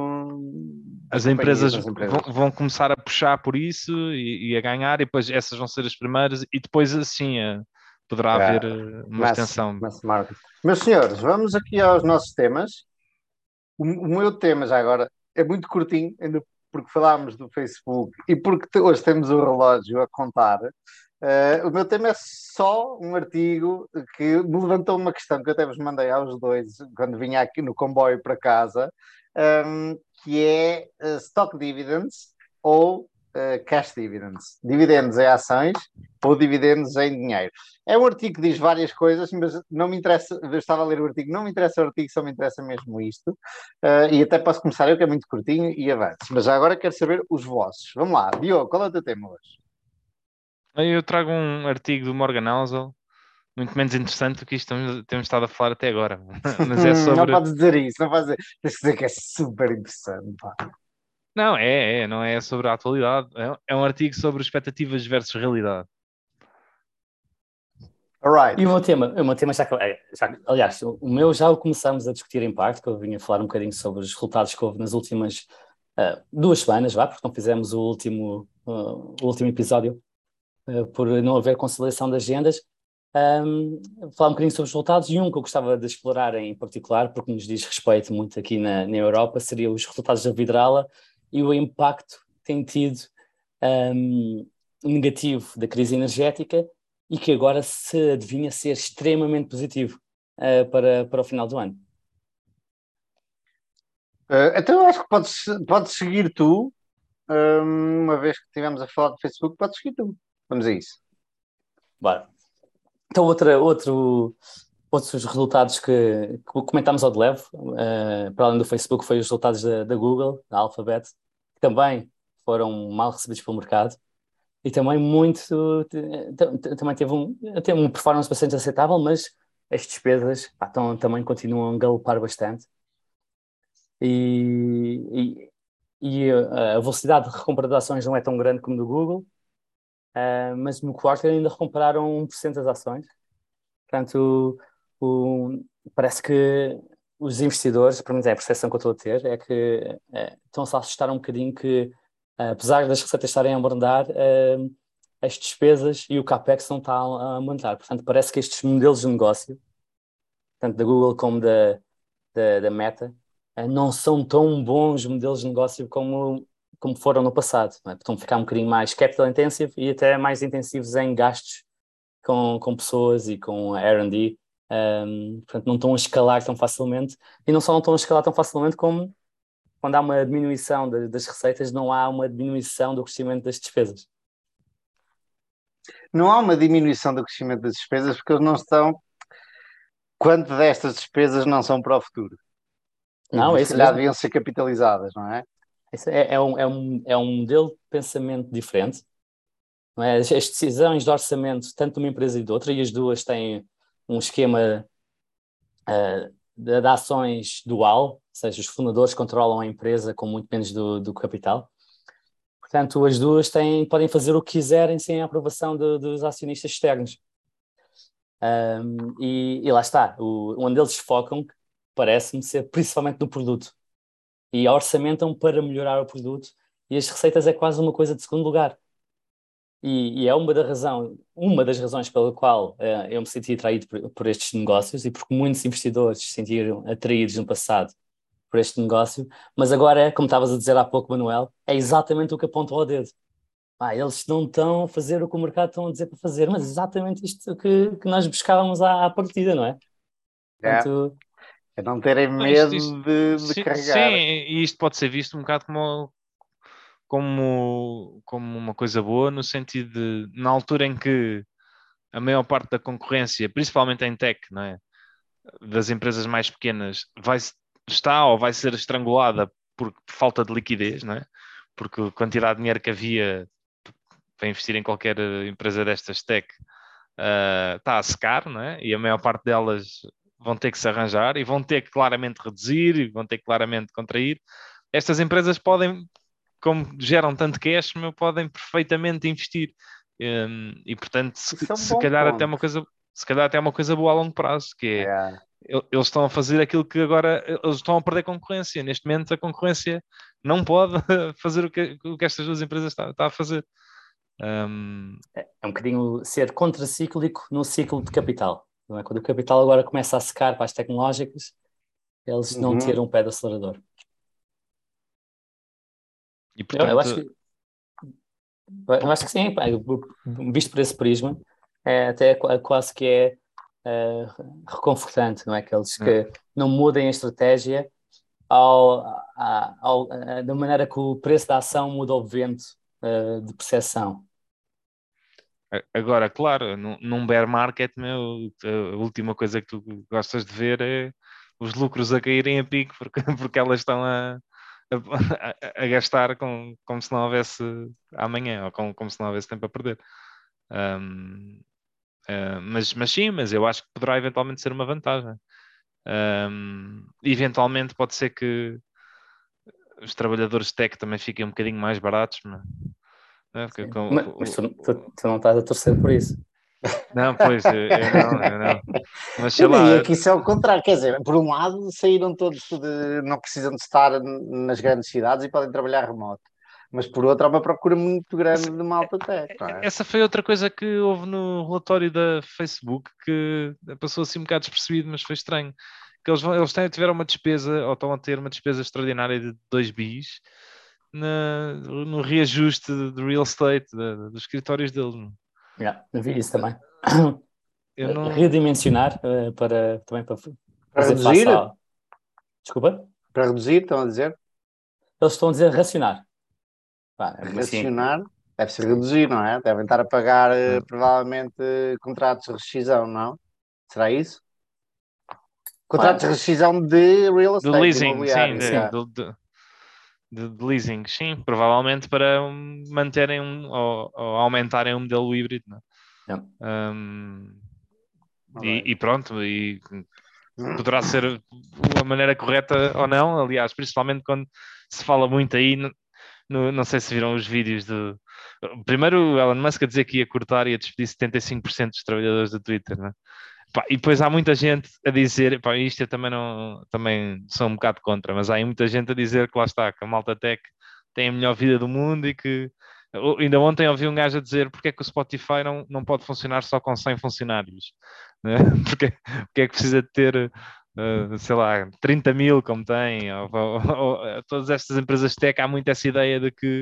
[SPEAKER 2] as empresas vão começar a puxar por isso e a ganhar, e depois essas vão ser as primeiras, e depois assim poderá haver uma extensão.
[SPEAKER 1] Meus senhores, vamos aqui aos nossos temas. O meu tema já agora é muito curtinho, ainda porque falámos do Facebook e porque hoje temos o relógio a contar. O meu tema é só um artigo que me levantou uma questão que eu até vos mandei aos dois quando vinha aqui no comboio para casa, que é stock dividends ou cash dividends. Dividendos em ações ou dividendos em dinheiro. É um artigo que diz várias coisas, mas não me interessa, eu estava a ler o artigo, não me interessa o artigo, só me interessa mesmo isto. E até posso começar eu, que é muito curtinho, e avanço. Mas já agora quero saber os vossos. Vamos lá, Diogo, qual é o teu tema hoje?
[SPEAKER 2] Eu trago um artigo do Morgan Housel, muito menos interessante do que isto temos estado a falar até agora. Mas é sobre...
[SPEAKER 1] Não podes dizer isso, não podes dizer. Tens que dizer que é super interessante. Pá.
[SPEAKER 2] Não, não é sobre a atualidade. É um artigo sobre expectativas versus realidade.
[SPEAKER 1] Alright.
[SPEAKER 3] E o meu tema aliás, o meu já o começamos a discutir em parte, que eu vinha falar um bocadinho sobre os resultados que houve nas últimas 2 semanas, porque não fizemos o último episódio por não haver conciliação de agendas. Falar um bocadinho sobre os resultados, e um que eu gostava de explorar em particular, porque nos diz respeito muito aqui na Europa, seria os resultados da Vidrala e o impacto que tem tido negativo da crise energética, e que agora se adivinha ser extremamente positivo para o final do ano.
[SPEAKER 1] Então eu acho que podes seguir tu, uma vez que estivemos a falar do Facebook, podes seguir tu. Vamos a isso.
[SPEAKER 3] Bora. Então outros resultados que comentámos ao de leve, para além do Facebook, foi os resultados da Google, da Alphabet, que também foram mal recebidos pelo mercado. E também também teve uma performance bastante aceitável, mas as despesas também continuam a galopar bastante. E a velocidade de recompra de ações não é tão grande como do Google, mas no quarto ainda recompraram 1% das ações. Portanto, parece que os investidores, para mim é a percepção que eu estou a ter, é que estão-se a assustar um bocadinho que, apesar das receitas estarem a abrandar, as despesas e o CAPEX não estão a aumentar. Portanto, parece que estes modelos de negócio, tanto da Google como da Meta, não são tão bons modelos de negócio como foram no passado. Não é? Estão a ficar um bocadinho mais capital intensive e até mais intensivos em gastos com pessoas e com R&D, portanto não estão a escalar tão facilmente, e não só não estão a escalar tão facilmente, como quando há uma diminuição das receitas, não há uma diminuição do crescimento das despesas.
[SPEAKER 1] Não há uma diminuição do crescimento das despesas porque eles não estão. Quanto destas despesas não são para o futuro?
[SPEAKER 3] Não,
[SPEAKER 1] E,
[SPEAKER 3] é
[SPEAKER 1] se
[SPEAKER 3] isso
[SPEAKER 1] calhar
[SPEAKER 3] mesmo.
[SPEAKER 1] deviam ser capitalizadas, não é?
[SPEAKER 3] Isso é um modelo de pensamento diferente, não é? As decisões de orçamento, tanto de uma empresa e de outra, e as duas têm um esquema de ações dual, ou seja, os fundadores controlam a empresa com muito menos do capital. Portanto, as duas podem fazer o que quiserem sem a aprovação dos acionistas externos. E lá está, onde eles focam, parece-me ser principalmente no produto. E orçamentam para melhorar o produto, e as receitas é quase uma coisa de segundo lugar. E é uma das razões pela qual eu me senti atraído por estes negócios, e porque muitos investidores se sentiram atraídos no passado por este negócio, mas agora, como estavas a dizer há pouco, Manuel, é exatamente o que apontou ao dedo. Eles não estão a fazer o que o mercado estão a dizer para fazer, mas exatamente isto que nós buscávamos à partida, não é?
[SPEAKER 1] É,
[SPEAKER 3] Portanto,
[SPEAKER 1] é não terem
[SPEAKER 2] Não,
[SPEAKER 1] medo de
[SPEAKER 2] sim,
[SPEAKER 1] carregar.
[SPEAKER 2] e isto pode ser visto um bocado como uma coisa boa, no sentido de, na altura em que a maior parte da concorrência, principalmente em tech, não é? Das empresas mais pequenas, está ou vai ser estrangulada por falta de liquidez, não é? Porque a quantidade de dinheiro que havia para investir em qualquer empresa destas tech está a secar, não é? E a maior parte delas vão ter que se arranjar e vão ter que claramente reduzir e vão ter que claramente contrair. Estas empresas podem, como geram tanto cash, podem perfeitamente investir. E portanto,
[SPEAKER 1] Isso é um
[SPEAKER 2] se
[SPEAKER 1] bom
[SPEAKER 2] calhar até
[SPEAKER 1] ponto.
[SPEAKER 2] uma coisa, se calhar até uma coisa boa a longo prazo, que é
[SPEAKER 1] É.
[SPEAKER 2] eles estão a fazer aquilo que agora eles estão a perder concorrência. Neste momento a concorrência não pode fazer o que estas duas empresas está a fazer.
[SPEAKER 3] é um bocadinho ser contracíclico no ciclo de capital, não é? Quando o capital agora começa a secar para as tecnológicas, eles não
[SPEAKER 1] Uhum.
[SPEAKER 3] tiram o pé do acelerador.
[SPEAKER 2] E
[SPEAKER 3] Eu acho
[SPEAKER 2] portanto,
[SPEAKER 3] que Eu acho que sim, pá, visto por esse prisma, até quase que é reconfortante, não é? Que não mudem a estratégia da maneira que o preço da ação muda o vento de percepção.
[SPEAKER 2] agora, claro, num bear market, a última coisa que tu gostas de ver é os lucros a caírem a pico, porque elas estão a gastar como se não houvesse amanhã, ou como se não houvesse tempo a perder. Mas sim, mas eu acho que poderá eventualmente ser uma vantagem. Eventualmente pode ser que os trabalhadores de tech também fiquem um bocadinho mais baratos, não é? Porque
[SPEAKER 3] Mas tu não estás a torcer por isso.
[SPEAKER 2] não, pois, eu não. Mas sei
[SPEAKER 1] Eu diria
[SPEAKER 2] lá,
[SPEAKER 1] que isso é o contrário, quer dizer, por um lado saíram todos não precisam de estar nas grandes cidades e podem trabalhar remoto, mas por outro há uma procura muito grande de malta tech, não é?
[SPEAKER 2] essa foi outra coisa que houve no relatório da Facebook que passou assim um bocado despercebido, mas foi estranho. Que tiveram uma despesa, ou estão a ter uma despesa extraordinária de 2 bis no reajuste de real estate dos escritórios deles.
[SPEAKER 3] Eu vi isso também.
[SPEAKER 2] Eu não.
[SPEAKER 3] Redimensionar também para
[SPEAKER 1] Para
[SPEAKER 3] fazer face
[SPEAKER 1] reduzir,
[SPEAKER 3] ao... Desculpa?
[SPEAKER 1] para reduzir, estão a dizer,
[SPEAKER 3] Eles estão a dizer racionar. Mas sim,
[SPEAKER 1] racionar, deve ser reduzir, não é? Devem estar a pagar provavelmente contratos de rescisão, não? Será isso? Contratos de
[SPEAKER 3] Bem,
[SPEAKER 1] rescisão de real
[SPEAKER 2] De
[SPEAKER 1] estate, de
[SPEAKER 2] leasing, sim,
[SPEAKER 1] imobiliário,
[SPEAKER 3] sim.
[SPEAKER 1] yeah.
[SPEAKER 2] de leasing, sim, provavelmente para manterem ou aumentarem o modelo híbrido, não
[SPEAKER 3] É.
[SPEAKER 2] é?
[SPEAKER 1] Alright.
[SPEAKER 2] E pronto, e poderá ser a maneira correta ou não, aliás, principalmente quando se fala muito aí, não sei se viram os vídeos do. Primeiro o Elon Musk a dizer que ia cortar e ia despedir 75% dos trabalhadores do Twitter, não é? Pá, e depois há muita gente a dizer, pá, isto eu também sou um bocado contra, mas há aí muita gente a dizer que lá está, que a Malta Tech tem a melhor vida do mundo e que ainda ontem ouvi um gajo a dizer porque é que o Spotify não pode funcionar só com 100 funcionários, né? Porque é que precisa de ter, sei lá, 30 mil como tem, todas estas empresas tech, há muito essa ideia de que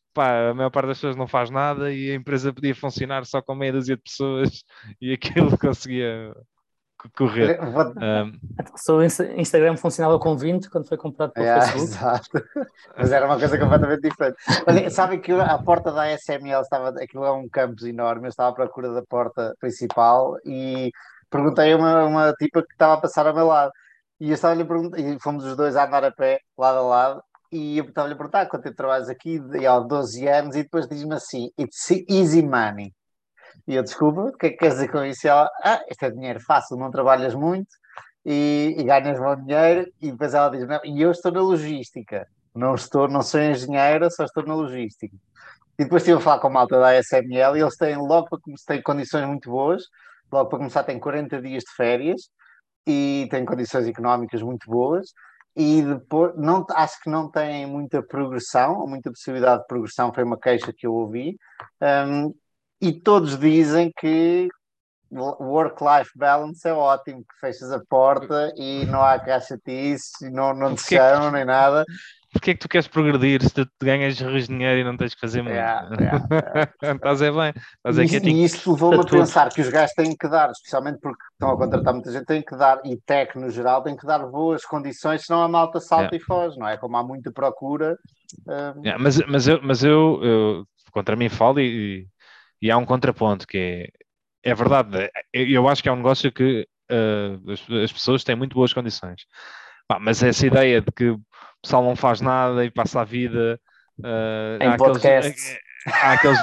[SPEAKER 2] pá, a maior parte das pessoas não faz nada e a empresa podia funcionar só com meia dúzia de pessoas e aquilo conseguia correr.
[SPEAKER 1] Olha,
[SPEAKER 3] Então, se o Instagram funcionava com 20 quando foi comprado pelo Facebook.
[SPEAKER 1] exato. Mas era uma coisa completamente diferente. Olha, sabem que a porta da ASML estava, aquilo é um campus enorme, eu estava à procura da porta principal e perguntei a uma tipa que estava a passar ao meu lado. E eu estava-lhe a perguntar, e fomos os dois a andar a pé, lado a lado, e eu estava-lhe a perguntar quanto tempo trabalhas aqui, e há 12 anos, e depois diz-me assim: It's easy money. E eu, desculpa, o que é que quer dizer com isso? E ela, isto é dinheiro fácil, não trabalhas muito e ganhas bom dinheiro. E depois ela diz, não, e eu estou na logística, não sou engenheira, só estou na logística. E depois estive a falar com a malta da ASML e eles têm logo para começar, têm condições muito boas, logo para começar têm 40 dias de férias e têm condições económicas muito boas. E depois, não, acho que não têm muita progressão, ou muita possibilidade de progressão, foi uma queixa que eu ouvi. Um, e todos dizem que o work-life balance é ótimo, que fechas a porta e não há cachatice, não te
[SPEAKER 2] Porque é que,
[SPEAKER 1] chamam nem nada.
[SPEAKER 2] porque é que tu queres progredir se tu ganhas rios de dinheiro e não tens que fazer muito?
[SPEAKER 1] Yeah, yeah, yeah.
[SPEAKER 2] Estás é bem, estás é quietinho.
[SPEAKER 1] E isto levou-me a pensar que os gajos têm que dar, especialmente porque estão a contratar muita gente, têm que dar, e tech no geral, têm que dar boas condições, senão a malta
[SPEAKER 2] Yeah.
[SPEAKER 1] salta e foge, não é? Como há muita procura.
[SPEAKER 2] Yeah, mas eu contra mim falo e há um contraponto que é verdade. Eu acho que é um negócio que as pessoas têm muito boas condições. Pá, mas essa ideia de que o pessoal não faz nada e passa a vida,
[SPEAKER 3] Em podcasts.
[SPEAKER 2] há aqueles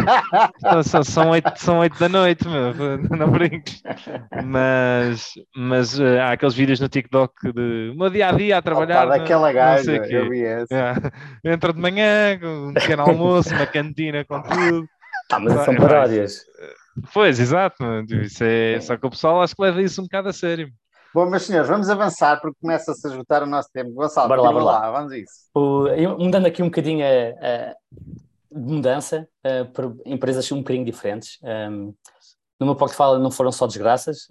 [SPEAKER 2] são 8 da noite, meu, não brinques. Mas há aqueles vídeos no TikTok de o meu dia a dia a
[SPEAKER 1] Opa,
[SPEAKER 2] trabalhar,
[SPEAKER 1] daquela
[SPEAKER 2] não sei o
[SPEAKER 1] gaja, eu
[SPEAKER 2] quê.
[SPEAKER 1] vi esse.
[SPEAKER 2] Yeah. Entra de manhã com um pequeno almoço, uma cantina com tudo.
[SPEAKER 3] Mas são paródias.
[SPEAKER 2] Pois, exato. Isso é, só
[SPEAKER 3] Sim.
[SPEAKER 2] que o pessoal acho que leva isso um bocado a sério.
[SPEAKER 1] Bom, meus senhores, vamos avançar porque começa-se a esgotar o nosso tempo. Gonçalo,
[SPEAKER 3] Bora lá,
[SPEAKER 1] continua
[SPEAKER 3] bora lá.
[SPEAKER 1] lá, vamos a isso.
[SPEAKER 3] Mudando aqui um bocadinho de mudança para empresas um bocadinho diferentes. No meu portfólio não foram só desgraças,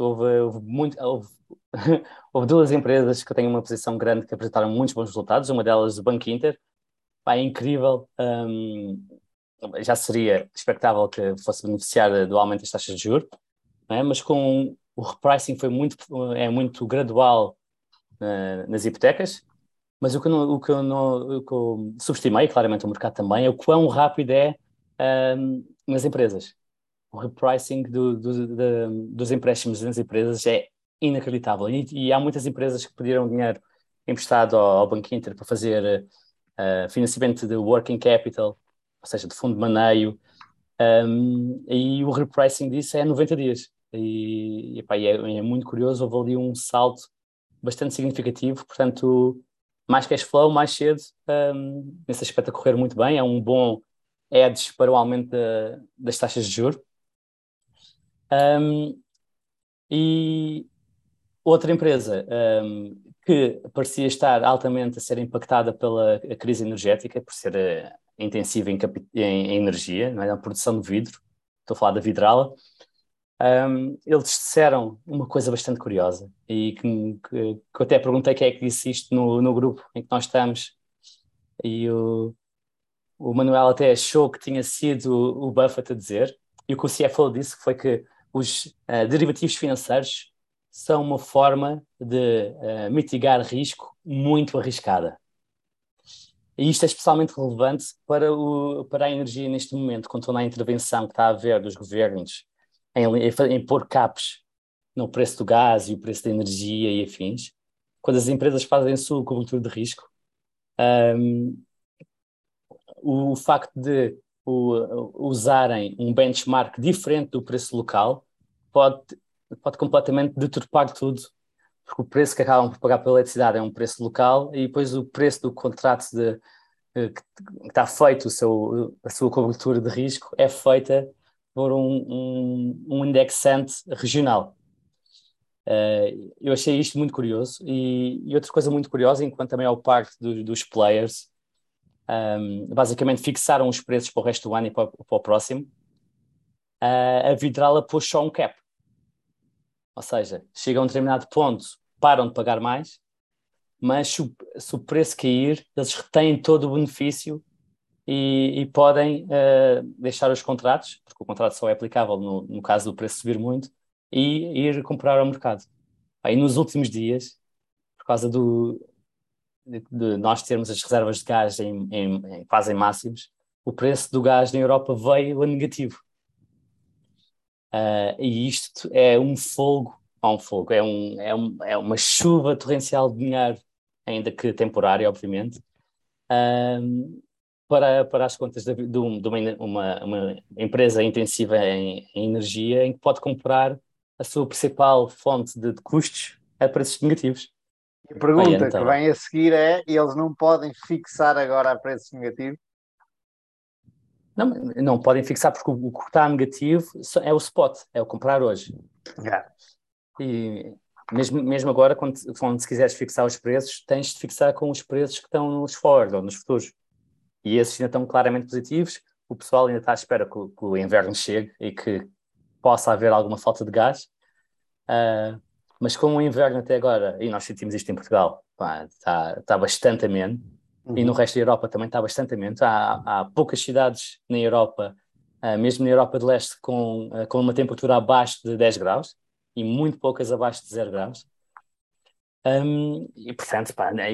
[SPEAKER 3] houve duas empresas que têm uma posição grande que apresentaram muitos bons resultados, uma delas o Banco Inter. Pá, é incrível, já seria expectável que fosse beneficiar do aumento das taxas de juros, não é? Mas com o repricing é muito gradual nas hipotecas, mas o que eu subestimei, claramente o mercado também, é o quão rápido é nas empresas. O repricing dos empréstimos nas empresas é inacreditável. E há muitas empresas que pediram dinheiro emprestado ao Banco Inter para fazer financiamento de working capital, ou seja, de fundo de maneio, e o repricing disso é 90 dias. Epá, é muito curioso, houve ali um salto bastante significativo, portanto, mais cash flow, mais cedo, nesse aspecto a correr muito bem, é um bom edge para o aumento das taxas de juros. E outra empresa que parecia estar altamente a ser impactada pela crise energética, por ser intensiva em energia, não é? Na produção de vidro, estou a falar da Vidrala. Eles disseram uma coisa bastante curiosa e que eu até perguntei quem é que disse isto no grupo em que nós estamos, e o Manuel até achou que tinha sido o Buffett a dizer, e o que o CFO disse foi que os derivativos financeiros são uma forma de mitigar risco muito arriscada. E isto é especialmente relevante para a energia neste momento, com toda a intervenção que está a haver dos governos em pôr caps no preço do gás e o preço da energia e afins. Quando as empresas fazem a sua cobertura de risco, o facto de usarem um benchmark diferente do preço local pode completamente deturpar tudo, porque o preço que acabam por pagar pela eletricidade é um preço local e depois o preço do contrato que está feito a sua cobertura de risco é feita por um indexante regional. Eu achei isto muito curioso e outra coisa muito curiosa, enquanto também ao parte dos players, basicamente fixaram os preços para o resto do ano e para o próximo. A Vidrala pôs só um cap, ou seja, chega a um determinado ponto, param de pagar mais, mas se o preço cair, eles retêm todo o benefício e podem deixar os contratos, porque o contrato só é aplicável no caso do preço subir muito, e ir comprar ao mercado. Aí nos últimos dias, por causa de nós termos as reservas de gás quase em máximos, o preço do gás na Europa veio a negativo. E isto é um fogo, é uma chuva torrencial de dinheiro, ainda que temporária, obviamente, para as contas de uma empresa intensiva em energia, em que pode comprar a sua principal fonte de custos a preços negativos.
[SPEAKER 1] E a pergunta que
[SPEAKER 3] Então,
[SPEAKER 1] vem a seguir é: eles não podem fixar agora a preços negativos?
[SPEAKER 3] não podem fixar, porque o que está negativo é o spot, é o comprar hoje.
[SPEAKER 1] Yeah.
[SPEAKER 3] E mesmo agora, quando se quiseres fixar os preços, tens de fixar com os preços que estão nos forward ou nos futuros. E esses ainda estão claramente positivos. O pessoal ainda está à espera que o inverno chegue e que possa haver alguma falta de gás. Mas como o inverno até agora, e nós sentimos isto em Portugal, está bastante ameno, e no resto da Europa também está bastante ameno. Há poucas cidades na Europa, mesmo na Europa de Leste, com uma temperatura abaixo de 10 graus, e muito poucas abaixo de 0 graus. E portanto,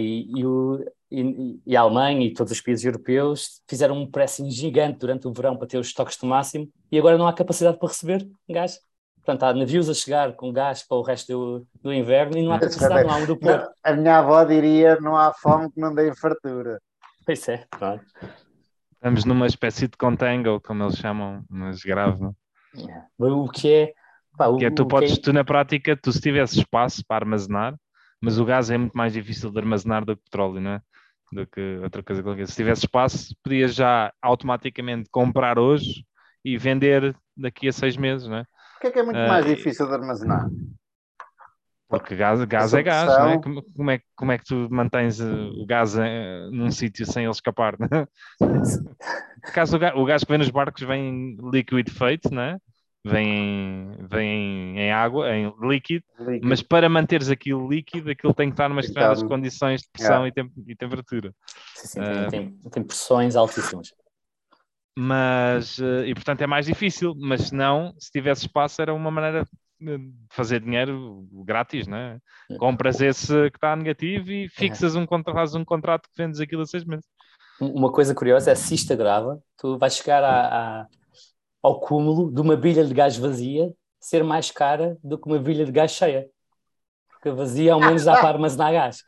[SPEAKER 3] e a Alemanha e todos os países europeus fizeram um pressing gigante durante o verão para ter os estoques do máximo, e agora não há capacidade para receber gás. Portanto, há navios a chegar com gás para o resto do inverno e não há capacidade, não há onde o pôr.
[SPEAKER 1] A minha avó diria: não há fome que não dê fartura.
[SPEAKER 3] Pois é, claro.
[SPEAKER 2] Estamos numa espécie de contango, como eles chamam, mas grave.
[SPEAKER 3] O que é...
[SPEAKER 2] Tu na prática, se tivesse espaço para armazenar, mas o gás é muito mais difícil de armazenar do que petróleo, não é? Do que outra coisa qualquer. Se tivesse espaço, podias já automaticamente comprar hoje e vender daqui a 6 meses, não é?
[SPEAKER 1] O que é muito mais difícil de armazenar?
[SPEAKER 2] Porque gás é gás, não é? Como é que tu mantens o gás num sítio sem ele escapar, não é? Caso o gás que vem nos barcos vem líquido feito, não é? Vem em água, em líquido, mas para manteres aquilo líquido, aquilo tem que estar numa determinadas condições de pressão e temperatura.
[SPEAKER 3] Sim, tem pressões altíssimas.
[SPEAKER 2] E portanto é mais difícil, mas se não, se tivesse espaço, era uma maneira de fazer dinheiro grátis, não é? Compras esse que está negativo e fazes um contrato que vendes aquilo a 6 meses.
[SPEAKER 3] Uma coisa curiosa é, se isto agrava, tu vais chegar ao cúmulo de uma bilha de gás vazia ser mais cara do que uma bilha de gás cheia. Porque a vazia ao menos dá para armazenar gás.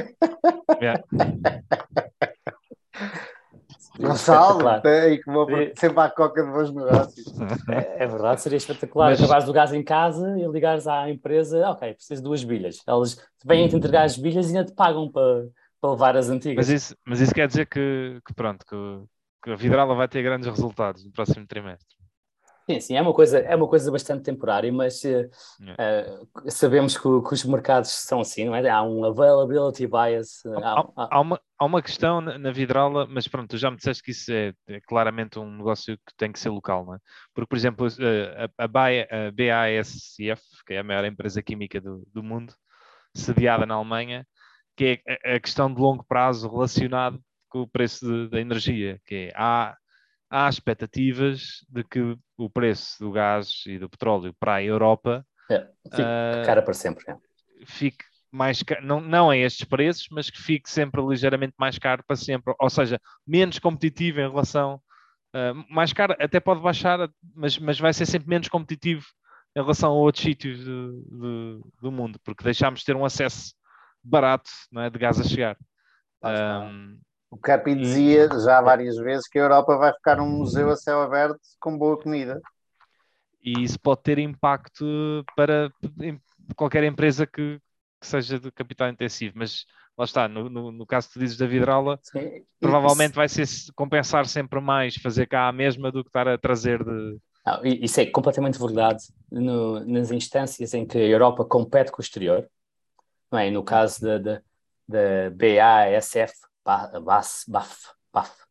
[SPEAKER 1] Gonçalo, aí que vou sempre à coca de bons negócios.
[SPEAKER 3] É verdade, seria espetacular. Acabares o gás em casa e ligares à empresa: ok, preciso de 2 bilhas. Eles vêm-te entregar as bilhas e ainda te pagam para levar as antigas.
[SPEAKER 2] Mas isso quer dizer que a Vidrala vai ter grandes resultados no próximo trimestre.
[SPEAKER 3] Sim, é uma coisa bastante temporária, mas sabemos que os mercados são assim, não é? Há um availability bias.
[SPEAKER 2] Há uma questão na Vidrala, mas pronto, tu já me disseste que isso é claramente um negócio que tem que ser local, não é? Porque, por exemplo, a BASF, que é a maior empresa química do mundo, sediada na Alemanha, que é a questão de longo prazo relacionado com o preço da energia, que é há expectativas de que o preço do gás e do petróleo para a Europa
[SPEAKER 3] fique cara para sempre.
[SPEAKER 2] Fique mais caro, não a estes preços, mas que fique sempre ligeiramente mais caro para sempre, ou seja, menos competitivo em relação, mais caro, até pode baixar, mas vai ser sempre menos competitivo em relação a outros sítios do mundo, porque deixámos de ter um acesso barato, não é, de gás a chegar.
[SPEAKER 1] O Capi dizia já várias vezes que a Europa vai ficar um museu a céu aberto com boa comida.
[SPEAKER 2] E isso pode ter impacto para qualquer empresa que seja de capital intensivo, mas lá está, no caso que tu dizes da Vidrala, provavelmente vai ser compensar sempre mais fazer cá a mesma do que estar a trazer de...
[SPEAKER 3] Isso é completamente verdade nas instâncias em que a Europa compete com o exterior, não é? No caso da BASF, BAF,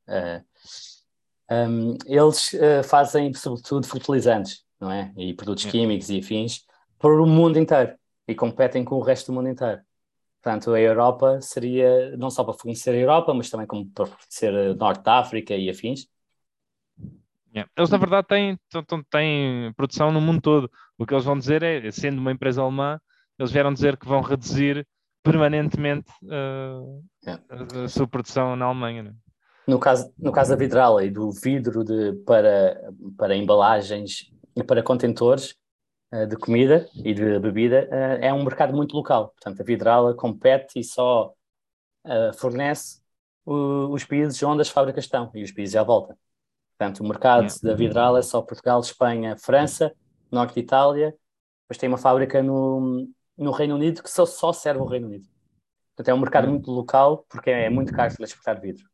[SPEAKER 3] eles fazem sobretudo fertilizantes, não é? E produtos químicos e afins para o mundo inteiro e competem com o resto do mundo inteiro. Portanto, a Europa seria não só para fornecer a Europa, mas também como para fornecer a Norte da África e afins.
[SPEAKER 2] Yeah. Eles, na verdade, têm produção no mundo todo. O que eles vão dizer é, sendo uma empresa alemã, eles vieram dizer que vão reduzir permanentemente
[SPEAKER 3] Yeah.
[SPEAKER 2] a sua produção na Alemanha. Né?
[SPEAKER 3] No caso da Vidrala e do vidro para embalagens e para contentores de comida e de bebida, é um mercado muito local. Portanto, a Vidrala compete e só fornece os países onde as fábricas estão e os países à volta. Portanto, o mercado
[SPEAKER 2] Yeah.
[SPEAKER 3] da Vidrala é só Portugal, Espanha, França, Norte de Itália, depois tem uma fábrica no Reino Unido que só serve o Reino Unido. Portanto, é um mercado
[SPEAKER 2] Yeah.
[SPEAKER 3] muito local porque é muito caro transportar vidro.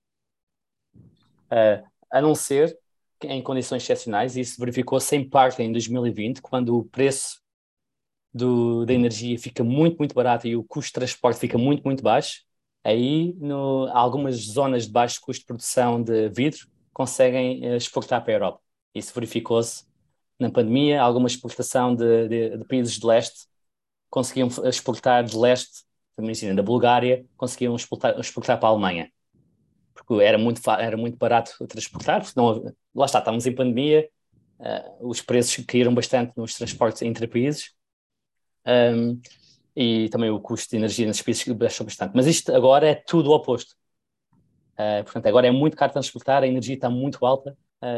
[SPEAKER 3] A não ser que em condições excepcionais, e isso verificou-se em parte em 2020, quando o preço da energia fica muito, muito barato e o custo de transporte fica muito, muito baixo, aí algumas zonas de baixo custo de produção de vidro conseguem exportar para a Europa. Isso verificou-se na pandemia, alguma exportação de países de leste conseguiam exportar de leste, imagina, da Bulgária, conseguiam exportar para a Alemanha. Porque era muito barato transportar, porque não, lá está, estávamos em pandemia, os preços caíram bastante nos transportes entre países, e também o custo de energia nesses países baixou bastante. Mas isto agora é tudo o oposto. Portanto, agora é muito caro transportar, a energia está muito alta,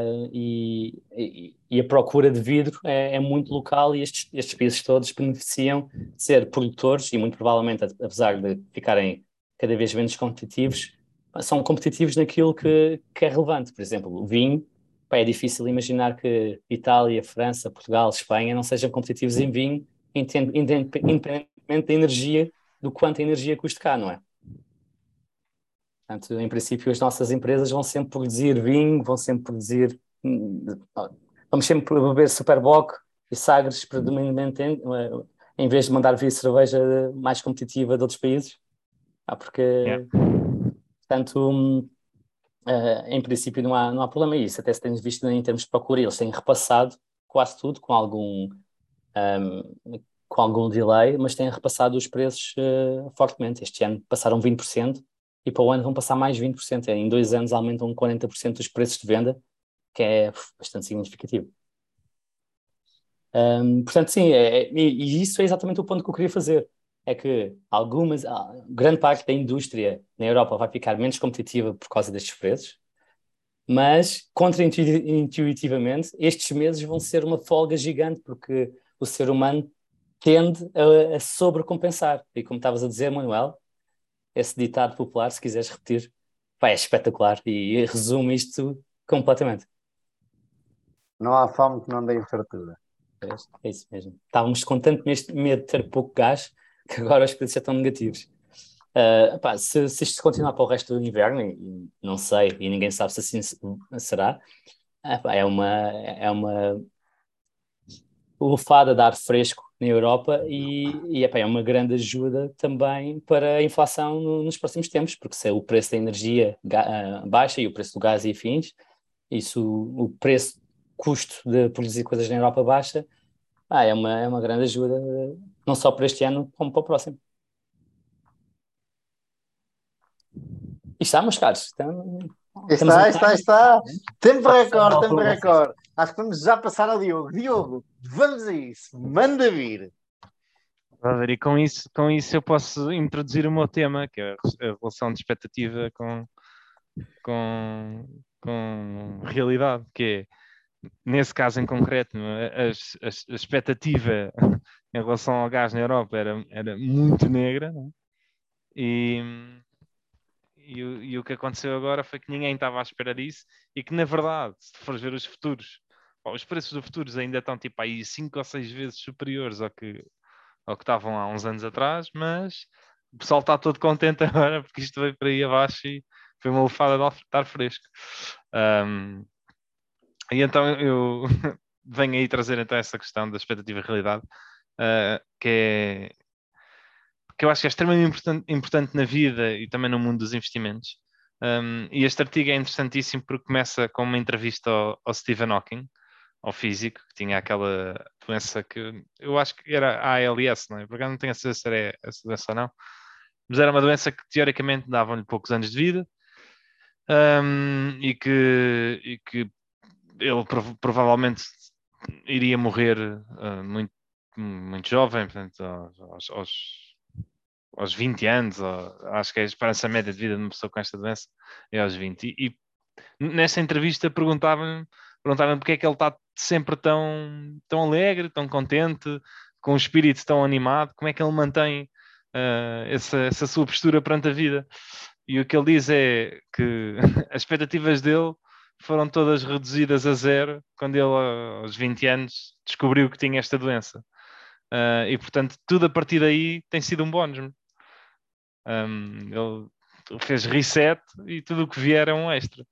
[SPEAKER 3] e a procura de vidro é muito local, e estes países todos beneficiam de ser produtores e muito provavelmente, apesar de ficarem cada vez menos competitivos, são competitivos naquilo que é relevante. Por exemplo, o vinho, pá, é difícil imaginar que Itália, França, Portugal, Espanha não sejam competitivos em vinho, independentemente da energia, do quanto a energia custa cá, não é? Portanto, em princípio, as nossas empresas vão sempre produzir vinho, vão sempre produzir. Vamos sempre beber Superboc e Sagres predominantemente, em vez de mandar vir cerveja mais competitiva de outros países.
[SPEAKER 2] Yeah.
[SPEAKER 3] Porque, portanto, em princípio, não há problema isso. Até se temos visto em termos de procura, eles têm repassado quase tudo com algum delay, mas têm repassado os preços fortemente. Este ano passaram 20%. E para o ano vão passar mais 20%. Em 2 anos aumentam 40% dos preços de venda, que é bastante significativo. Portanto, sim, e isso é exatamente o ponto que eu queria fazer. É que grande parte da indústria na Europa vai ficar menos competitiva por causa destes preços, mas, contra-intuitivamente, estes meses vão ser uma folga gigante, porque o ser humano tende a sobrecompensar. E como estavas a dizer, Manuel, esse ditado popular, se quiseres repetir, pá, é espetacular e resume isto completamente.
[SPEAKER 1] Não há fome que não dê fartura.
[SPEAKER 3] É isso mesmo. Estávamos com tanto medo de ter pouco gás que agora os preços já estão negativos. Pá, se isto continuar para o resto do inverno, e não sei, e ninguém sabe se assim será, pá, é uma lufada de ar fresco na Europa e epá, é uma grande ajuda também para a inflação nos próximos tempos, porque se o preço da energia baixa e o preço do gás e afins, isso, o custo de produzir coisas na Europa baixa, é uma grande ajuda, não só para este ano, como para o próximo. E está, meus caros.
[SPEAKER 1] Está. Tempo recorde,
[SPEAKER 3] Passando
[SPEAKER 1] tempo
[SPEAKER 3] por vocês.
[SPEAKER 1] recorde. Acho que vamos já passar ao Diogo. Diogo, vamos a isso. Manda vir.
[SPEAKER 2] A ver, e com isso eu posso introduzir o meu tema, que é a relação de expectativa com realidade, que é, nesse caso em concreto, não é? A expectativa em relação ao gás na Europa era muito negra, não é? E o que aconteceu agora foi que ninguém estava à espera disso e que, na verdade, se fores ver os futuros, os preços dos futuros ainda estão tipo aí 5 ou 6 vezes superiores ao que estavam há uns anos atrás, mas o pessoal está todo contente agora porque isto veio para aí abaixo e foi uma lufada de ar fresco. E então eu venho aí trazer então essa questão da expectativa e realidade, que eu acho que é extremamente importante na vida e também no mundo dos investimentos. E este artigo é interessantíssimo porque começa com uma entrevista ao Stephen Hawking, ao físico, que tinha aquela doença que eu acho que era a ALS, não é? Porque eu não tenho a certeza se era essa doença ou não. mas era uma doença que teoricamente davam-lhe poucos anos de vida, e que ele provavelmente iria morrer muito, muito jovem, portanto, aos 20 anos, acho que a esperança média de vida de uma pessoa com esta doença é aos 20. E nessa entrevista perguntavam-lhe porque é que ele está sempre tão alegre, tão contente, com um espírito tão animado, como é que ele mantém essa sua postura perante a vida. E o que ele diz é que as expectativas dele foram todas reduzidas a zero quando ele, aos 20 anos, descobriu que tinha esta doença. E, portanto, tudo a partir daí tem sido um bónus. Ele fez reset e tudo o que vier é um extra.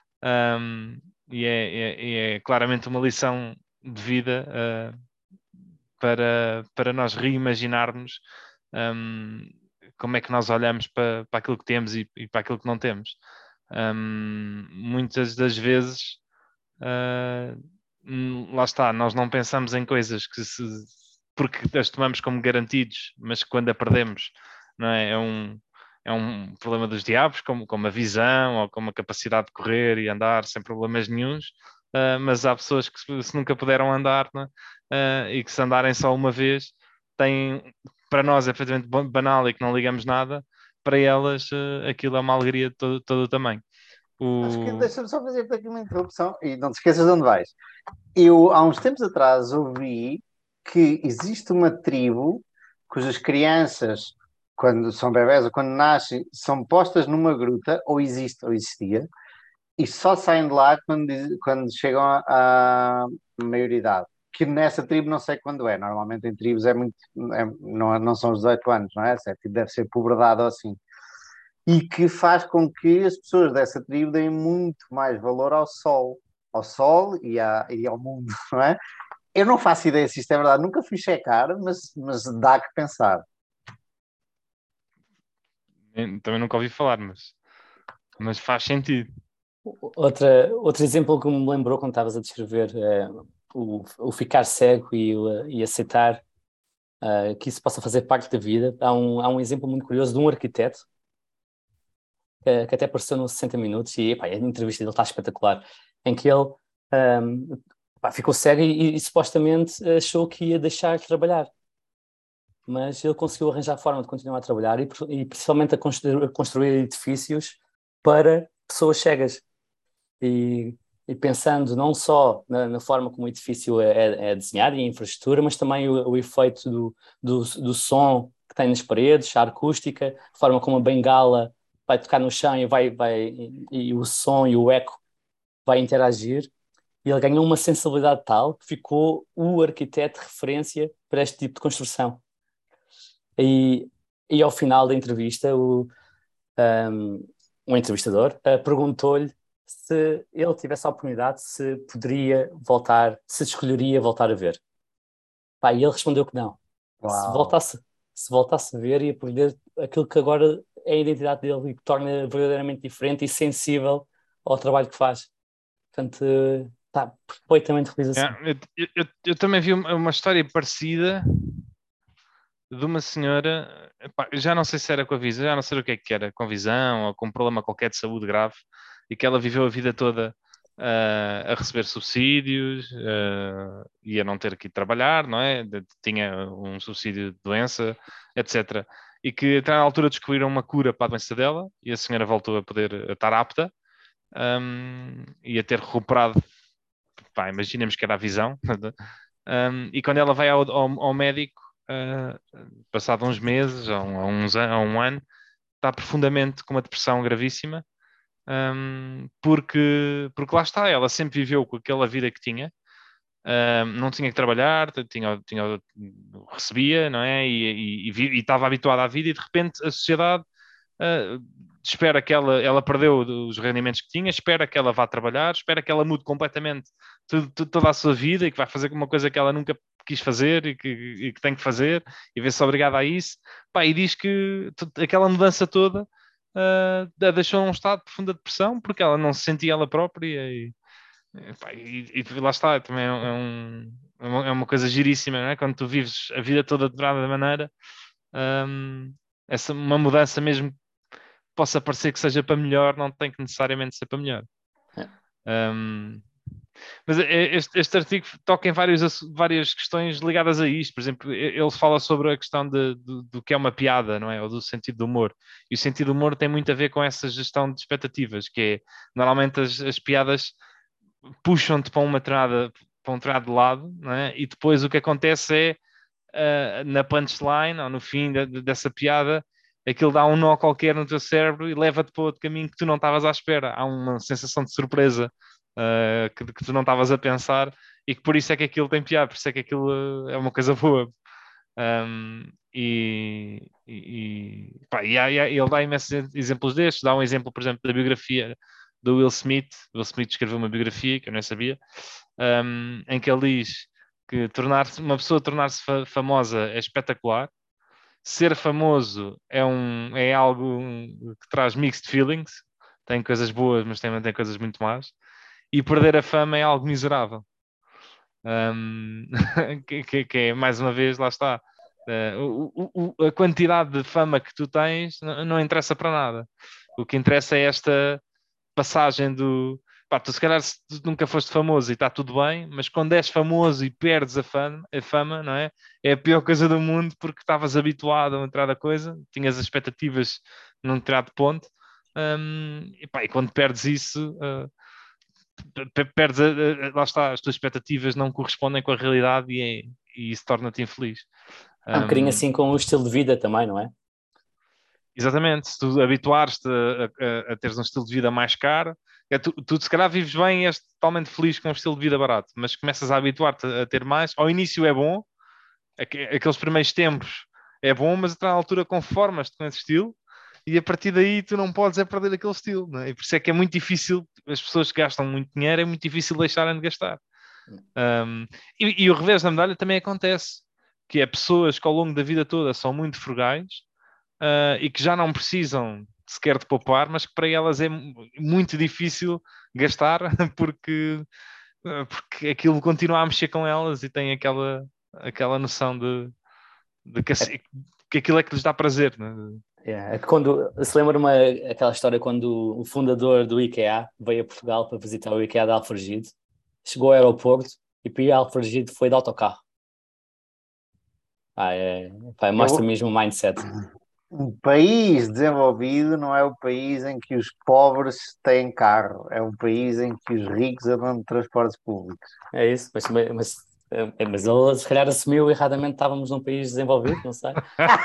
[SPEAKER 2] E é claramente uma lição de vida para nós reimaginarmos como é que nós olhamos para aquilo que temos e para aquilo que não temos. Muitas das vezes, lá está, nós não pensamos em coisas porque as tomamos como garantidos, mas que quando a perdemos, não é? É um problema dos diabos, como a visão ou como a capacidade de correr e andar sem problemas nenhuns. Mas há pessoas que se nunca puderam andar, não é? E que se andarem só uma vez, têm, para nós é perfeitamente banal e que não ligamos nada, para elas aquilo é uma alegria de todo o tamanho.
[SPEAKER 1] Acho que deixa-me só fazer aqui uma interrupção e não te esqueças de onde vais. Eu, há uns tempos atrás, ouvi que existe uma tribo cujas crianças, quando são bebés ou quando nascem, são postas numa gruta, ou existe, ou existia, e só saem de lá quando chegam à maioridade. Que nessa tribo não sei quando é. Normalmente em tribos é muito. Não são os 18 anos, não é? Deve ser puberdade ou assim. E que faz com que as pessoas dessa tribo deem muito mais valor ao sol e ao mundo, não é? Eu não faço ideia se isto é verdade, nunca fui checar, mas dá que pensar.
[SPEAKER 2] Também nunca ouvi falar, mas faz sentido.
[SPEAKER 3] Outro exemplo que me lembrou quando estavas a descrever o ficar cego e aceitar que isso possa fazer parte da vida. Há um exemplo muito curioso de um arquiteto que até apareceu no 60 Minutos e epá, a entrevista dele está espetacular, em que ele ficou cego e supostamente achou que ia deixar de trabalhar. Mas ele conseguiu arranjar a forma de continuar a trabalhar e principalmente a construir edifícios para pessoas cegas. E pensando não só na forma como o edifício é desenhado e a infraestrutura, mas também o efeito do som que tem nas paredes, a acústica, a forma como a bengala vai tocar no chão e o som e o eco vai interagir. E ele ganhou uma sensibilidade tal que ficou o arquiteto de referência para este tipo de construção. E ao final da entrevista, um entrevistador perguntou-lhe se ele tivesse a oportunidade, se poderia voltar, se escolheria voltar a ver. Pá, e ele respondeu que não. Se
[SPEAKER 1] Uau.
[SPEAKER 3] voltasse a ver, ia perder aquilo que agora é a identidade dele e que torna verdadeiramente diferente e sensível ao trabalho que faz. Portanto, está perfeitamente feliz assim.
[SPEAKER 2] Eu também vi uma história parecida de uma senhora, epá, eu já não sei se era com a visão, já não sei o que era, com visão ou com um problema qualquer de saúde grave, e que ela viveu a vida toda a receber subsídios e a não ter que ir trabalhar, não é? Tinha um subsídio de doença, etc. E que até à altura descobriram uma cura para a doença dela e a senhora voltou a poder estar apta e a ter recuperado, pá, imaginemos que era a visão. E quando ela vai ao médico, passado uns meses, ou um ano, está profundamente com uma depressão gravíssima, porque lá está, ela sempre viveu com aquela vida que tinha, não tinha que trabalhar, recebia, não é? E estava habituada à vida, e de repente a sociedade espera que ela perdeu os rendimentos que tinha, espera que ela vá trabalhar, espera que ela mude completamente toda a sua vida e que vai fazer uma coisa que ela nunca quis fazer e que tem que fazer e vê-se obrigada a isso. Pá, e diz que aquela mudança toda a deixou num estado de profunda depressão porque ela não se sentia ela própria e lá está, também é uma coisa giríssima, não é? Quando tu vives a vida toda de determinada maneira, uma mudança mesmo que possa parecer que seja para melhor, não tem que necessariamente ser para melhor. Um, mas este artigo toca em várias questões ligadas a isto. Por exemplo, ele fala sobre a questão do que é uma piada, não é? Ou do sentido do humor. E o sentido do humor tem muito a ver com essa gestão de expectativas, que é, normalmente as piadas puxam-te para para um determinado lado, não é? E depois o que acontece é, na punchline, ou no fim dessa piada, aquilo dá um nó qualquer no teu cérebro e leva-te para outro caminho que tu não estavas à espera. Há uma sensação de surpresa que tu não estavas a pensar e que por isso é que aquilo tem piada, por isso é que aquilo é uma coisa boa. Ele dá imensos exemplos destes. Dá um exemplo, por exemplo, da biografia do Will Smith. Will Smith escreveu uma biografia que eu nem sabia, em que ele diz que uma pessoa tornar-se famosa é espetacular. Ser famoso é algo que traz mixed feelings, tem coisas boas, mas também tem coisas muito más. E perder a fama é algo miserável. Que é, mais uma vez, lá está. A quantidade de fama que tu tens não interessa para nada. O que interessa é esta passagem do... Pá, tu se calhar tu nunca foste famoso e está tudo bem, mas quando és famoso e perdes a fama, não é? É a pior coisa do mundo porque estavas habituado a entrar a coisa, tinhas as expectativas num determinado ponto, e quando perdes isso, perdes, lá está, as tuas expectativas não correspondem com a realidade e isso torna-te infeliz.
[SPEAKER 3] É um bocadinho assim com o estilo de vida também, não é?
[SPEAKER 2] Exatamente, se tu habituares-te a teres um estilo de vida mais caro, tu se calhar vives bem e és totalmente feliz com um estilo de vida barato, mas começas a habituar-te a ter mais. Ao início é bom, aqueles primeiros tempos é bom, mas até na altura conformas-te com esse estilo e a partir daí tu não podes perder aquele estilo, não é? E por isso é que é muito difícil, as pessoas que gastam muito dinheiro, é muito difícil deixarem de gastar. E o revés da medalha também acontece, que é pessoas que ao longo da vida toda são muito frugais, e que já não precisam sequer de poupar, mas que para elas é muito difícil gastar porque aquilo continua a mexer com elas e tem aquela noção de que aquilo é que lhes dá prazer, né?
[SPEAKER 3] É que quando se lembra aquela história quando o fundador do IKEA veio a Portugal para visitar o IKEA de Alfragide, chegou ao aeroporto e para ir a Alfragide foi de autocarro. Mostra mesmo o mindset.
[SPEAKER 1] Um país desenvolvido não é o país em que os pobres têm carro, é um país em que os ricos andam de transportes públicos.
[SPEAKER 3] É isso, mas ele se calhar assumiu erradamente que estávamos num país desenvolvido, não sei.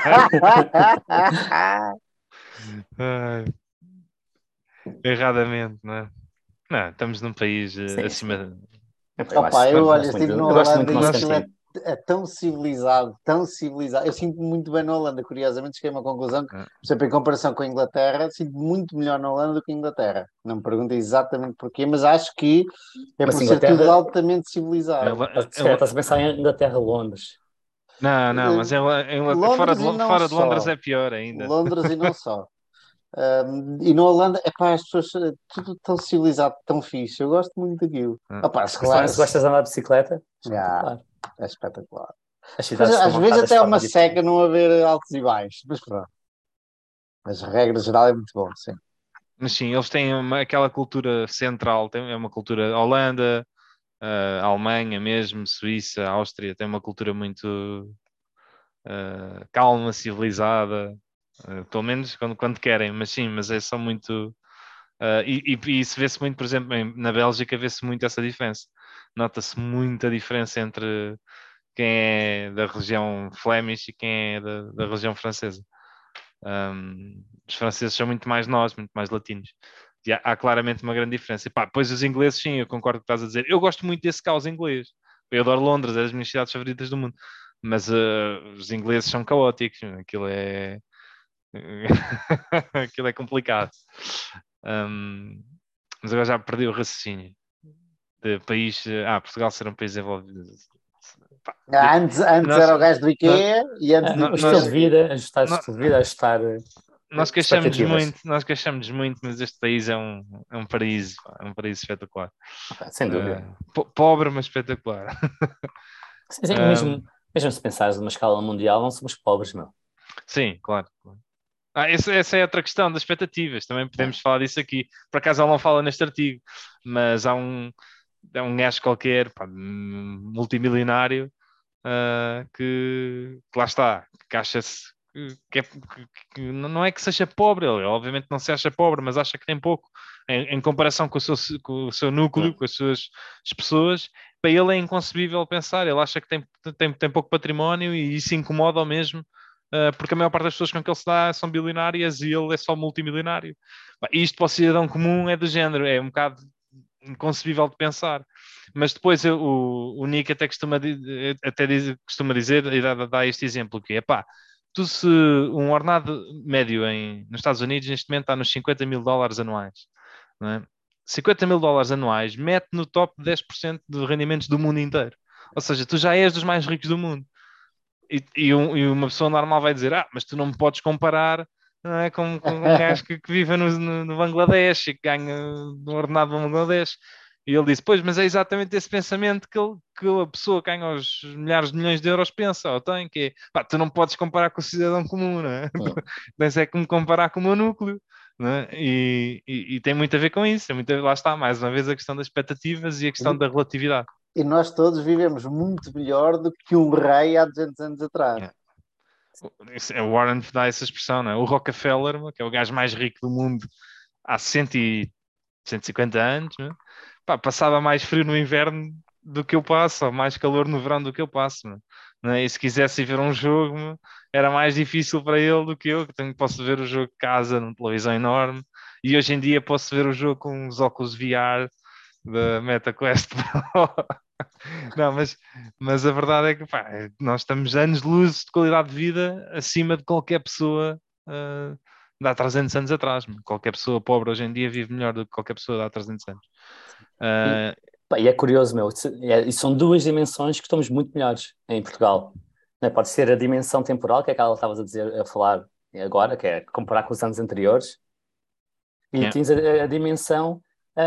[SPEAKER 2] Erradamente, não é? Não, estamos num país acima.
[SPEAKER 1] Sim. Eu estive na Holanda e aquilo é tão civilizado, tão civilizado. Eu sinto-me muito bem na Holanda, curiosamente, cheguei a uma conclusão que, por exemplo, em comparação com a Inglaterra, sinto muito melhor na Holanda do que a Inglaterra. Não me perguntem exatamente porquê, mas acho que é por ser tudo altamente civilizado.
[SPEAKER 3] Estás a pensar em Inglaterra, Londres.
[SPEAKER 2] Não, mas fora de Londres é pior ainda.
[SPEAKER 1] Londres e não só. E na Holanda, as pessoas tudo tão civilizado, tão fixe. Eu gosto muito daquilo.
[SPEAKER 3] Se gostas de andar de bicicleta,
[SPEAKER 1] é espetacular.
[SPEAKER 3] Às
[SPEAKER 1] vezes até é uma seca não haver altos e baixos, mas pronto. Mas a regra geral é muito bom, sim.
[SPEAKER 2] Mas sim, eles têm aquela cultura central, é uma cultura Holanda, Alemanha mesmo, Suíça, Áustria, tem uma cultura muito calma, civilizada, pelo menos quando querem, mas sim, são muito... e isso vê-se muito, por exemplo, na Bélgica vê-se muito essa diferença. Nota-se muita diferença entre quem é da região Flemish e quem é da região francesa. Os franceses são muito mais nós, muito mais latinos. E há claramente uma grande diferença. Pois os ingleses, sim, eu concordo com o que estás a dizer. Eu gosto muito desse caos inglês. Eu adoro Londres, é das minhas cidades favoritas do mundo. Mas os ingleses são caóticos. Aquilo é... aquilo é complicado. Mas agora já perdi o raciocínio. De país... Portugal ser um país desenvolvido.
[SPEAKER 1] Antes era o gajo do IKEA e antes
[SPEAKER 3] o estilo de vida, ajustar
[SPEAKER 2] nós queixamos muito, mas este país é um paraíso, é um paraíso espetacular.
[SPEAKER 3] Sem dúvida.
[SPEAKER 2] Pobre, mas espetacular.
[SPEAKER 3] Sim, mesmo se pensares numa escala mundial, não somos pobres, meu.
[SPEAKER 2] Sim, claro. Essa é outra questão das expectativas. Também podemos falar disso aqui. Por acaso ele não fala neste artigo, mas é um gajo qualquer, pá, multimilionário, que lá está, que acha-se que não é que seja pobre, ele obviamente não se acha pobre, mas acha que tem pouco em comparação com o seu núcleo, com as suas as pessoas. Para ele é inconcebível pensar, ele acha que tem pouco património e isso incomoda-o mesmo, porque a maior parte das pessoas com que ele se dá são bilionárias e ele é só multimilionário. E isto para o cidadão comum é do género, é um bocado inconcebível de pensar. Mas depois o Nick até costuma dizer e dá este exemplo, que é pá, tu se um ordenado médio nos Estados Unidos neste momento está nos $50.000 anuais, não é? $50.000 anuais mete no top 10% de rendimentos do mundo inteiro. Ou seja, tu já és dos mais ricos do mundo. E uma pessoa normal vai dizer, mas tu não me podes comparar, não é, com um gajo que vive no Bangladesh e que ganha um ordenado no Bangladesh. E ele disse, pois, mas é exatamente esse pensamento que a pessoa que ganha os milhares de milhões de euros pensa, ou tem, que é, pá, tu não podes comparar com o cidadão comum, não é? Mas é como comparar com o meu núcleo, não é? E tem muito a ver com isso, lá está, mais uma vez, a questão das expectativas e a questão da relatividade.
[SPEAKER 1] E nós todos vivemos muito melhor do que um rei há 200 anos atrás.
[SPEAKER 2] O Warren dá essa expressão, não é? O Rockefeller, que é o gajo mais rico do mundo há 150 anos, não é? Pá, passava mais frio no inverno do que eu passo, ou mais calor no verão do que eu passo, não é? E se quisesse ir ver um jogo, era mais difícil para ele do que eu, que posso ver o jogo de casa numa televisão enorme, e hoje em dia posso ver o jogo com os óculos VR da MetaQuest Pro. Não, mas a verdade é que pá, nós estamos anos-luz de qualidade de vida acima de qualquer pessoa de há 300 anos atrás. Qualquer pessoa pobre hoje em dia vive melhor do que qualquer pessoa de há 300 anos.
[SPEAKER 3] E é curioso, e são duas dimensões que estamos muito melhores em Portugal. Né? Pode ser a dimensão temporal, que é aquela que estavas a falar agora, que é comparar com os anos anteriores, e tens a dimensão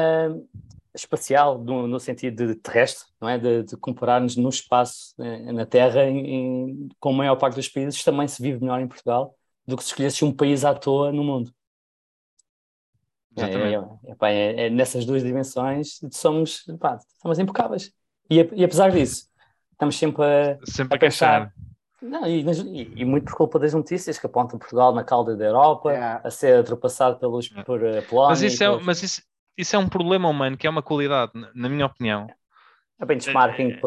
[SPEAKER 3] espacial, no sentido de terrestre, não é? De comparar-nos no espaço, na Terra, com a maior parte dos países, também se vive melhor em Portugal do que se escolhesse um país à toa no mundo. Nessas duas dimensões somos impecáveis. E apesar disso, estamos sempre a
[SPEAKER 2] pensar.
[SPEAKER 3] Não, e muito por culpa das notícias que apontam Portugal na cauda da Europa, a ser ultrapassado por Polónia.
[SPEAKER 2] Mas isso é um problema humano, que é uma qualidade, na minha opinião.
[SPEAKER 3] É benchmarking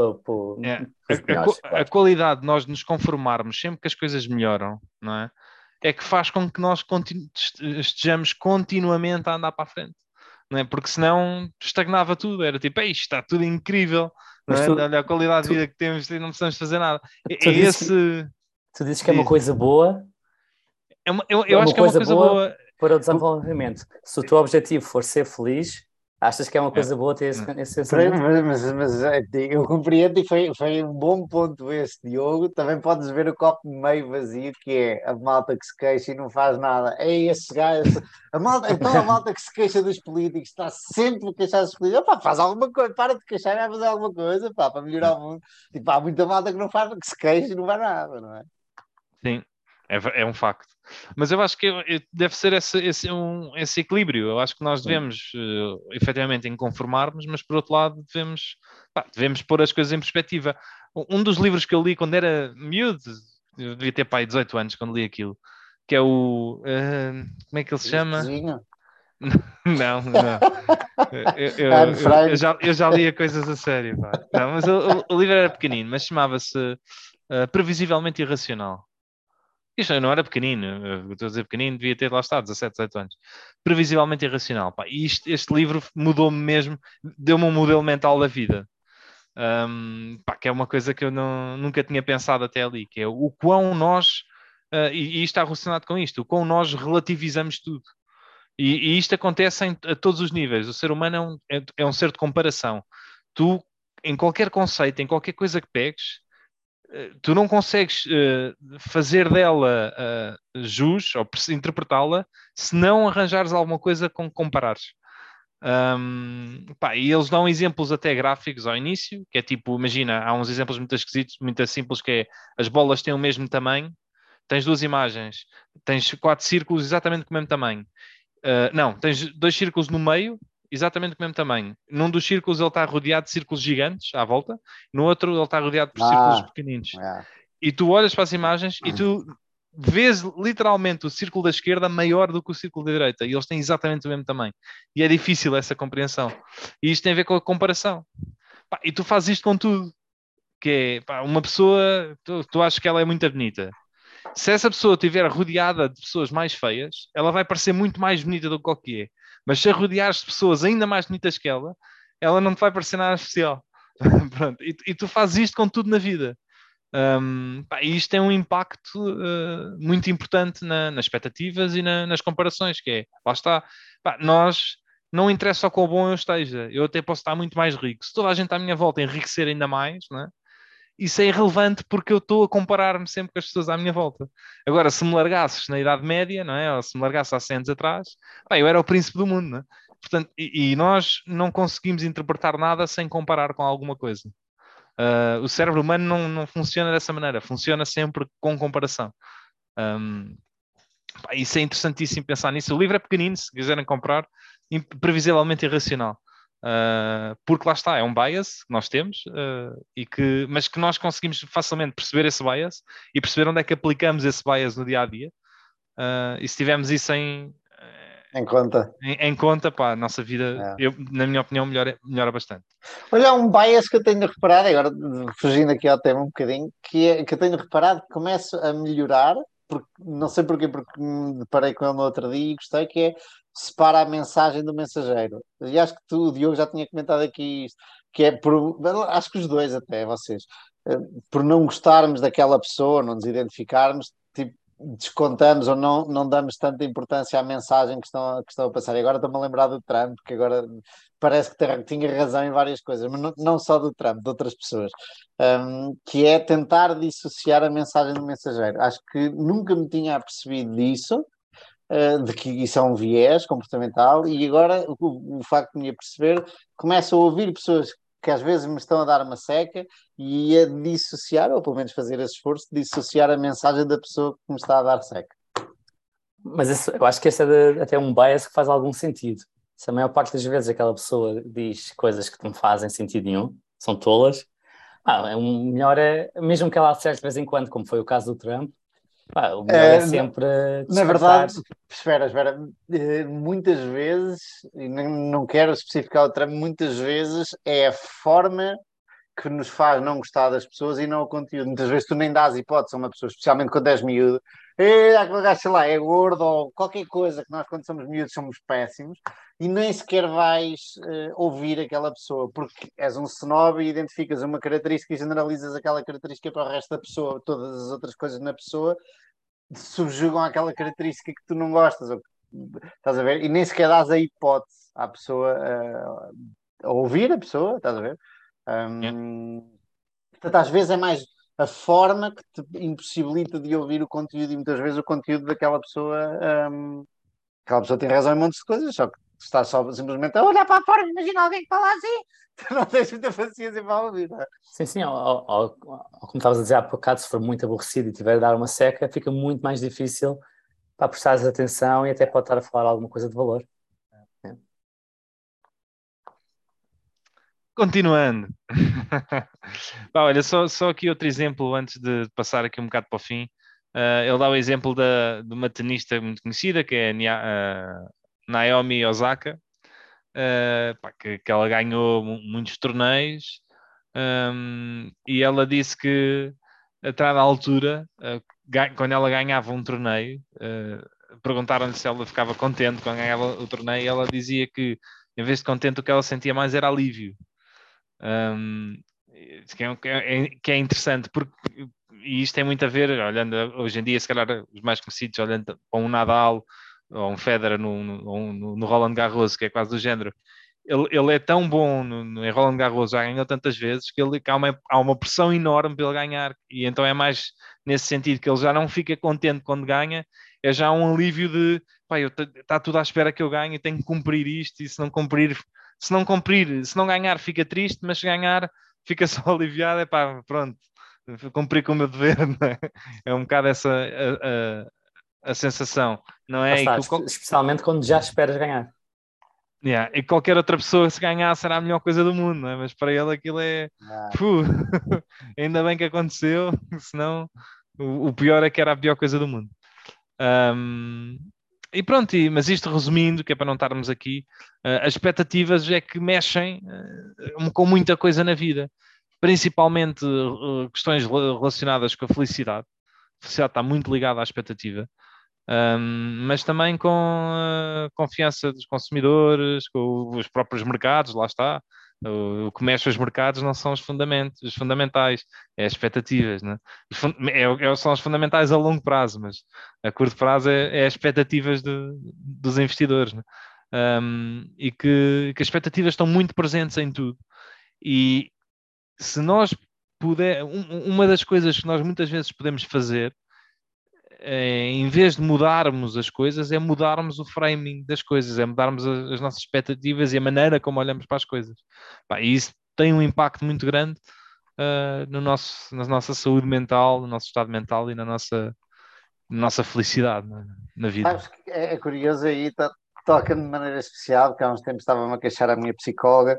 [SPEAKER 2] a qualidade de nós nos conformarmos sempre que as coisas melhoram, não é? É que faz com que nós estejamos continuamente a andar para a frente, não é? Porque senão estagnava tudo, era tipo, isto está tudo incrível, não é? Olha a qualidade de vida que temos e não precisamos fazer nada.
[SPEAKER 3] Tu dizes que é uma coisa boa.
[SPEAKER 2] Eu acho que é uma coisa boa
[SPEAKER 3] para o desenvolvimento. Se o teu objetivo for ser feliz, achas que é uma coisa boa ter esse pensamento?
[SPEAKER 1] Mas eu compreendo, e foi um bom ponto esse, Diogo. Também podes ver o copo meio vazio, que é a malta que se queixa e não faz nada. É esse gajo. Então a malta que se queixa dos políticos está sempre a queixar dos políticos. Opa, faz alguma coisa, para de queixar e vai fazer alguma coisa, pá, para melhorar o mundo. Tipo, há muita malta que não faz, que se queixa e não faz nada, não é?
[SPEAKER 2] Sim. É um facto. Mas eu acho que deve ser esse equilíbrio. Eu acho que nós devemos, efetivamente, inconformarmos, mas, por outro lado, devemos pôr as coisas em perspectiva. Um dos livros que eu li quando era miúdo, eu devia ter pai 18 anos quando li aquilo, que é o... como é que ele se chama? Não. Eu já lia coisas a sério. Pá. Não, mas o livro era pequenino, mas chamava-se Previsivelmente Irracional. Isto eu não era pequenino, estou a dizer pequenino, devia ter lá estado, 17, 18 anos. Previsivelmente Irracional. Pá. E este livro mudou-me mesmo, deu-me um modelo mental da vida. Que é uma coisa que eu nunca tinha pensado até ali, que é o quão nós, e isto está relacionado com isto, o quão nós relativizamos tudo. E isto acontece a todos os níveis. O ser humano é um ser de comparação. Tu, em qualquer conceito, em qualquer coisa que pegues, tu não consegues fazer dela jus ou interpretá-la se não arranjares alguma coisa com que comparares. E eles dão exemplos até gráficos ao início, que é tipo, imagina, há uns exemplos muito esquisitos, muito simples, que é as bolas têm o mesmo tamanho, tens duas imagens, tens 4 círculos exatamente com o mesmo tamanho. Não, tens 2 círculos no meio, exatamente com o mesmo tamanho. Num dos círculos ele está rodeado de círculos gigantes à volta, no outro ele está rodeado por círculos pequeninos. E tu olhas para as imagens e tu vês literalmente o círculo da esquerda maior do que o círculo da direita, e eles têm exatamente o mesmo tamanho. E é difícil essa compreensão. E isto tem a ver com a comparação. Pá, e tu fazes isto com tudo. Que é, pá, uma pessoa, tu achas que ela é muito bonita. Se essa pessoa estiver rodeada de pessoas mais feias, ela vai parecer muito mais bonita do que qualquer. Mas se a rodeares de pessoas ainda mais bonitas que ela não te vai parecer nada especial. Pronto. E tu fazes isto com tudo na vida. E isto tem um impacto muito importante nas expectativas e nas comparações, que é, lá está, pá, nós não interessa só quão bom eu esteja, eu até posso estar muito mais rico. Se toda a gente à minha volta enriquecer ainda mais, não é? Isso é irrelevante porque eu estou a comparar-me sempre com as pessoas à minha volta. Agora, se me largasses na Idade Média, não é? Ou se me largasses há 100 anos atrás, pá, eu era o príncipe do mundo, não é? Portanto, e nós não conseguimos interpretar nada sem comparar com alguma coisa. O cérebro humano não funciona dessa maneira, funciona sempre com comparação. Isso é interessantíssimo pensar nisso. O livro é pequenino, se quiserem comprar, previsivelmente irracional. Porque lá está, é um bias que nós temos, mas que nós conseguimos facilmente perceber esse bias e perceber onde é que aplicamos esse bias no dia a dia. E se tivermos isso em
[SPEAKER 1] conta,
[SPEAKER 2] em conta, pá, a nossa vida, na minha opinião, melhora bastante.
[SPEAKER 1] Olha, há um bias que eu tenho reparado, agora fugindo aqui ao tema um bocadinho, que eu tenho reparado que começa a melhorar, porque, não sei porquê, porque me deparei com ele no outro dia e gostei, que é separa a mensagem do mensageiro. E acho que o Diogo já tinha comentado aqui isto, que é acho que os dois até, vocês, por não gostarmos daquela pessoa, não nos identificarmos, tipo, descontamos ou não damos tanta importância à mensagem que estão a passar. E agora estou-me a lembrar do Trump, que agora parece que tinha razão em várias coisas, mas não só do Trump, de outras pessoas, que é tentar dissociar a mensagem do mensageiro. Acho que nunca me tinha apercebido disso, de que isso é um viés comportamental, e agora o facto de me aperceber, começo a ouvir pessoas que às vezes me estão a dar uma seca e a dissociar, ou pelo menos fazer esse esforço de dissociar a mensagem da pessoa que me está a dar seca.
[SPEAKER 3] Mas eu acho que esse é até um bias que faz algum sentido. Se a maior parte das vezes aquela pessoa diz coisas que não fazem sentido nenhum, são tolas, melhor é, mesmo que ela acerte de vez em quando, como foi o caso do Trump, o melhor é sempre
[SPEAKER 1] na verdade, espera, muitas vezes, e não quero especificar o Trump, muitas vezes é a forma que nos faz não gostar das pessoas e não o conteúdo. Muitas vezes tu nem dás hipótese a uma pessoa, especialmente quando és miúdo, aquele gajo, sei lá, é gordo ou qualquer coisa, que nós quando somos miúdos somos péssimos, e nem sequer vais ouvir aquela pessoa, porque és um snob e identificas uma característica e generalizas aquela característica para o resto da pessoa. Todas as outras coisas na pessoa subjugam aquela característica que tu não gostas, ou, estás a ver? E nem sequer dás a hipótese à pessoa a ouvir a pessoa, estás a ver? Portanto, às vezes é mais a forma que te impossibilita de ouvir o conteúdo, e muitas vezes o conteúdo daquela pessoa, aquela pessoa tem razão em muitas de coisas, só que estás só simplesmente a olhar para a forma, imagina alguém que fala assim, tu não tens muita paciência para ouvir. Não é?
[SPEAKER 3] Sim, como estavas a dizer há bocado, se for muito aborrecido e tiver a dar uma seca, fica muito mais difícil para prestares atenção e até pode estar a falar alguma coisa de valor.
[SPEAKER 2] Continuando. Olha, só aqui outro exemplo antes de passar aqui um bocado para o fim. Ele dá o exemplo de uma tenista muito conhecida, que é a Naomi Osaka, que ela ganhou muitos torneios, e ela disse que a dada altura, quando ela ganhava um torneio, perguntaram-lhe se ela ficava contente quando ganhava o torneio, e ela dizia que em vez de contente o que ela sentia mais era alívio. Que é interessante, porque e isto tem muito a ver, olhando hoje em dia, se calhar os mais conhecidos, olhando para um Nadal ou um Federer no Roland Garros, que é quase do género, ele é tão bom em Roland Garros, já ganhou tantas vezes, que há uma pressão enorme para ele ganhar, e então é mais nesse sentido que ele já não fica contente quando ganha, é já um alívio de está tudo à espera que eu ganhe, tenho que cumprir isto, e se não ganhar fica triste, mas se ganhar fica só aliviado, pronto, cumpri com o meu dever, não é? É um bocado essa a sensação, não é?
[SPEAKER 3] Lá está, especialmente quando já esperas ganhar.
[SPEAKER 2] Yeah. E qualquer outra pessoa, se ganhar, será a melhor coisa do mundo, não é? Mas para ele aquilo é... ainda bem que aconteceu, senão o pior é que era a pior coisa do mundo. E pronto, mas isto resumindo, que é para não estarmos aqui, as expectativas é que mexem com muita coisa na vida, principalmente questões relacionadas com a felicidade. A felicidade está muito ligada à expectativa. Mas também com a confiança dos consumidores, com os próprios mercados, lá está. O que mexe os mercados não são os fundamentos, os fundamentais, é as expectativas, né? São os fundamentais a longo prazo, mas a curto prazo é as expectativas dos investidores, né? E que as expectativas estão muito presentes em tudo. E se nós uma das coisas que nós muitas vezes podemos fazer em vez de mudarmos as coisas, é mudarmos o framing das coisas, é mudarmos as nossas expectativas e a maneira como olhamos para as coisas. E isso tem um impacto muito grande na nossa saúde mental, no nosso estado mental e na nossa felicidade na vida.
[SPEAKER 1] Sabes que é curioso aí, toca-me de maneira especial, porque há uns tempos estava-me a queixar a minha psicóloga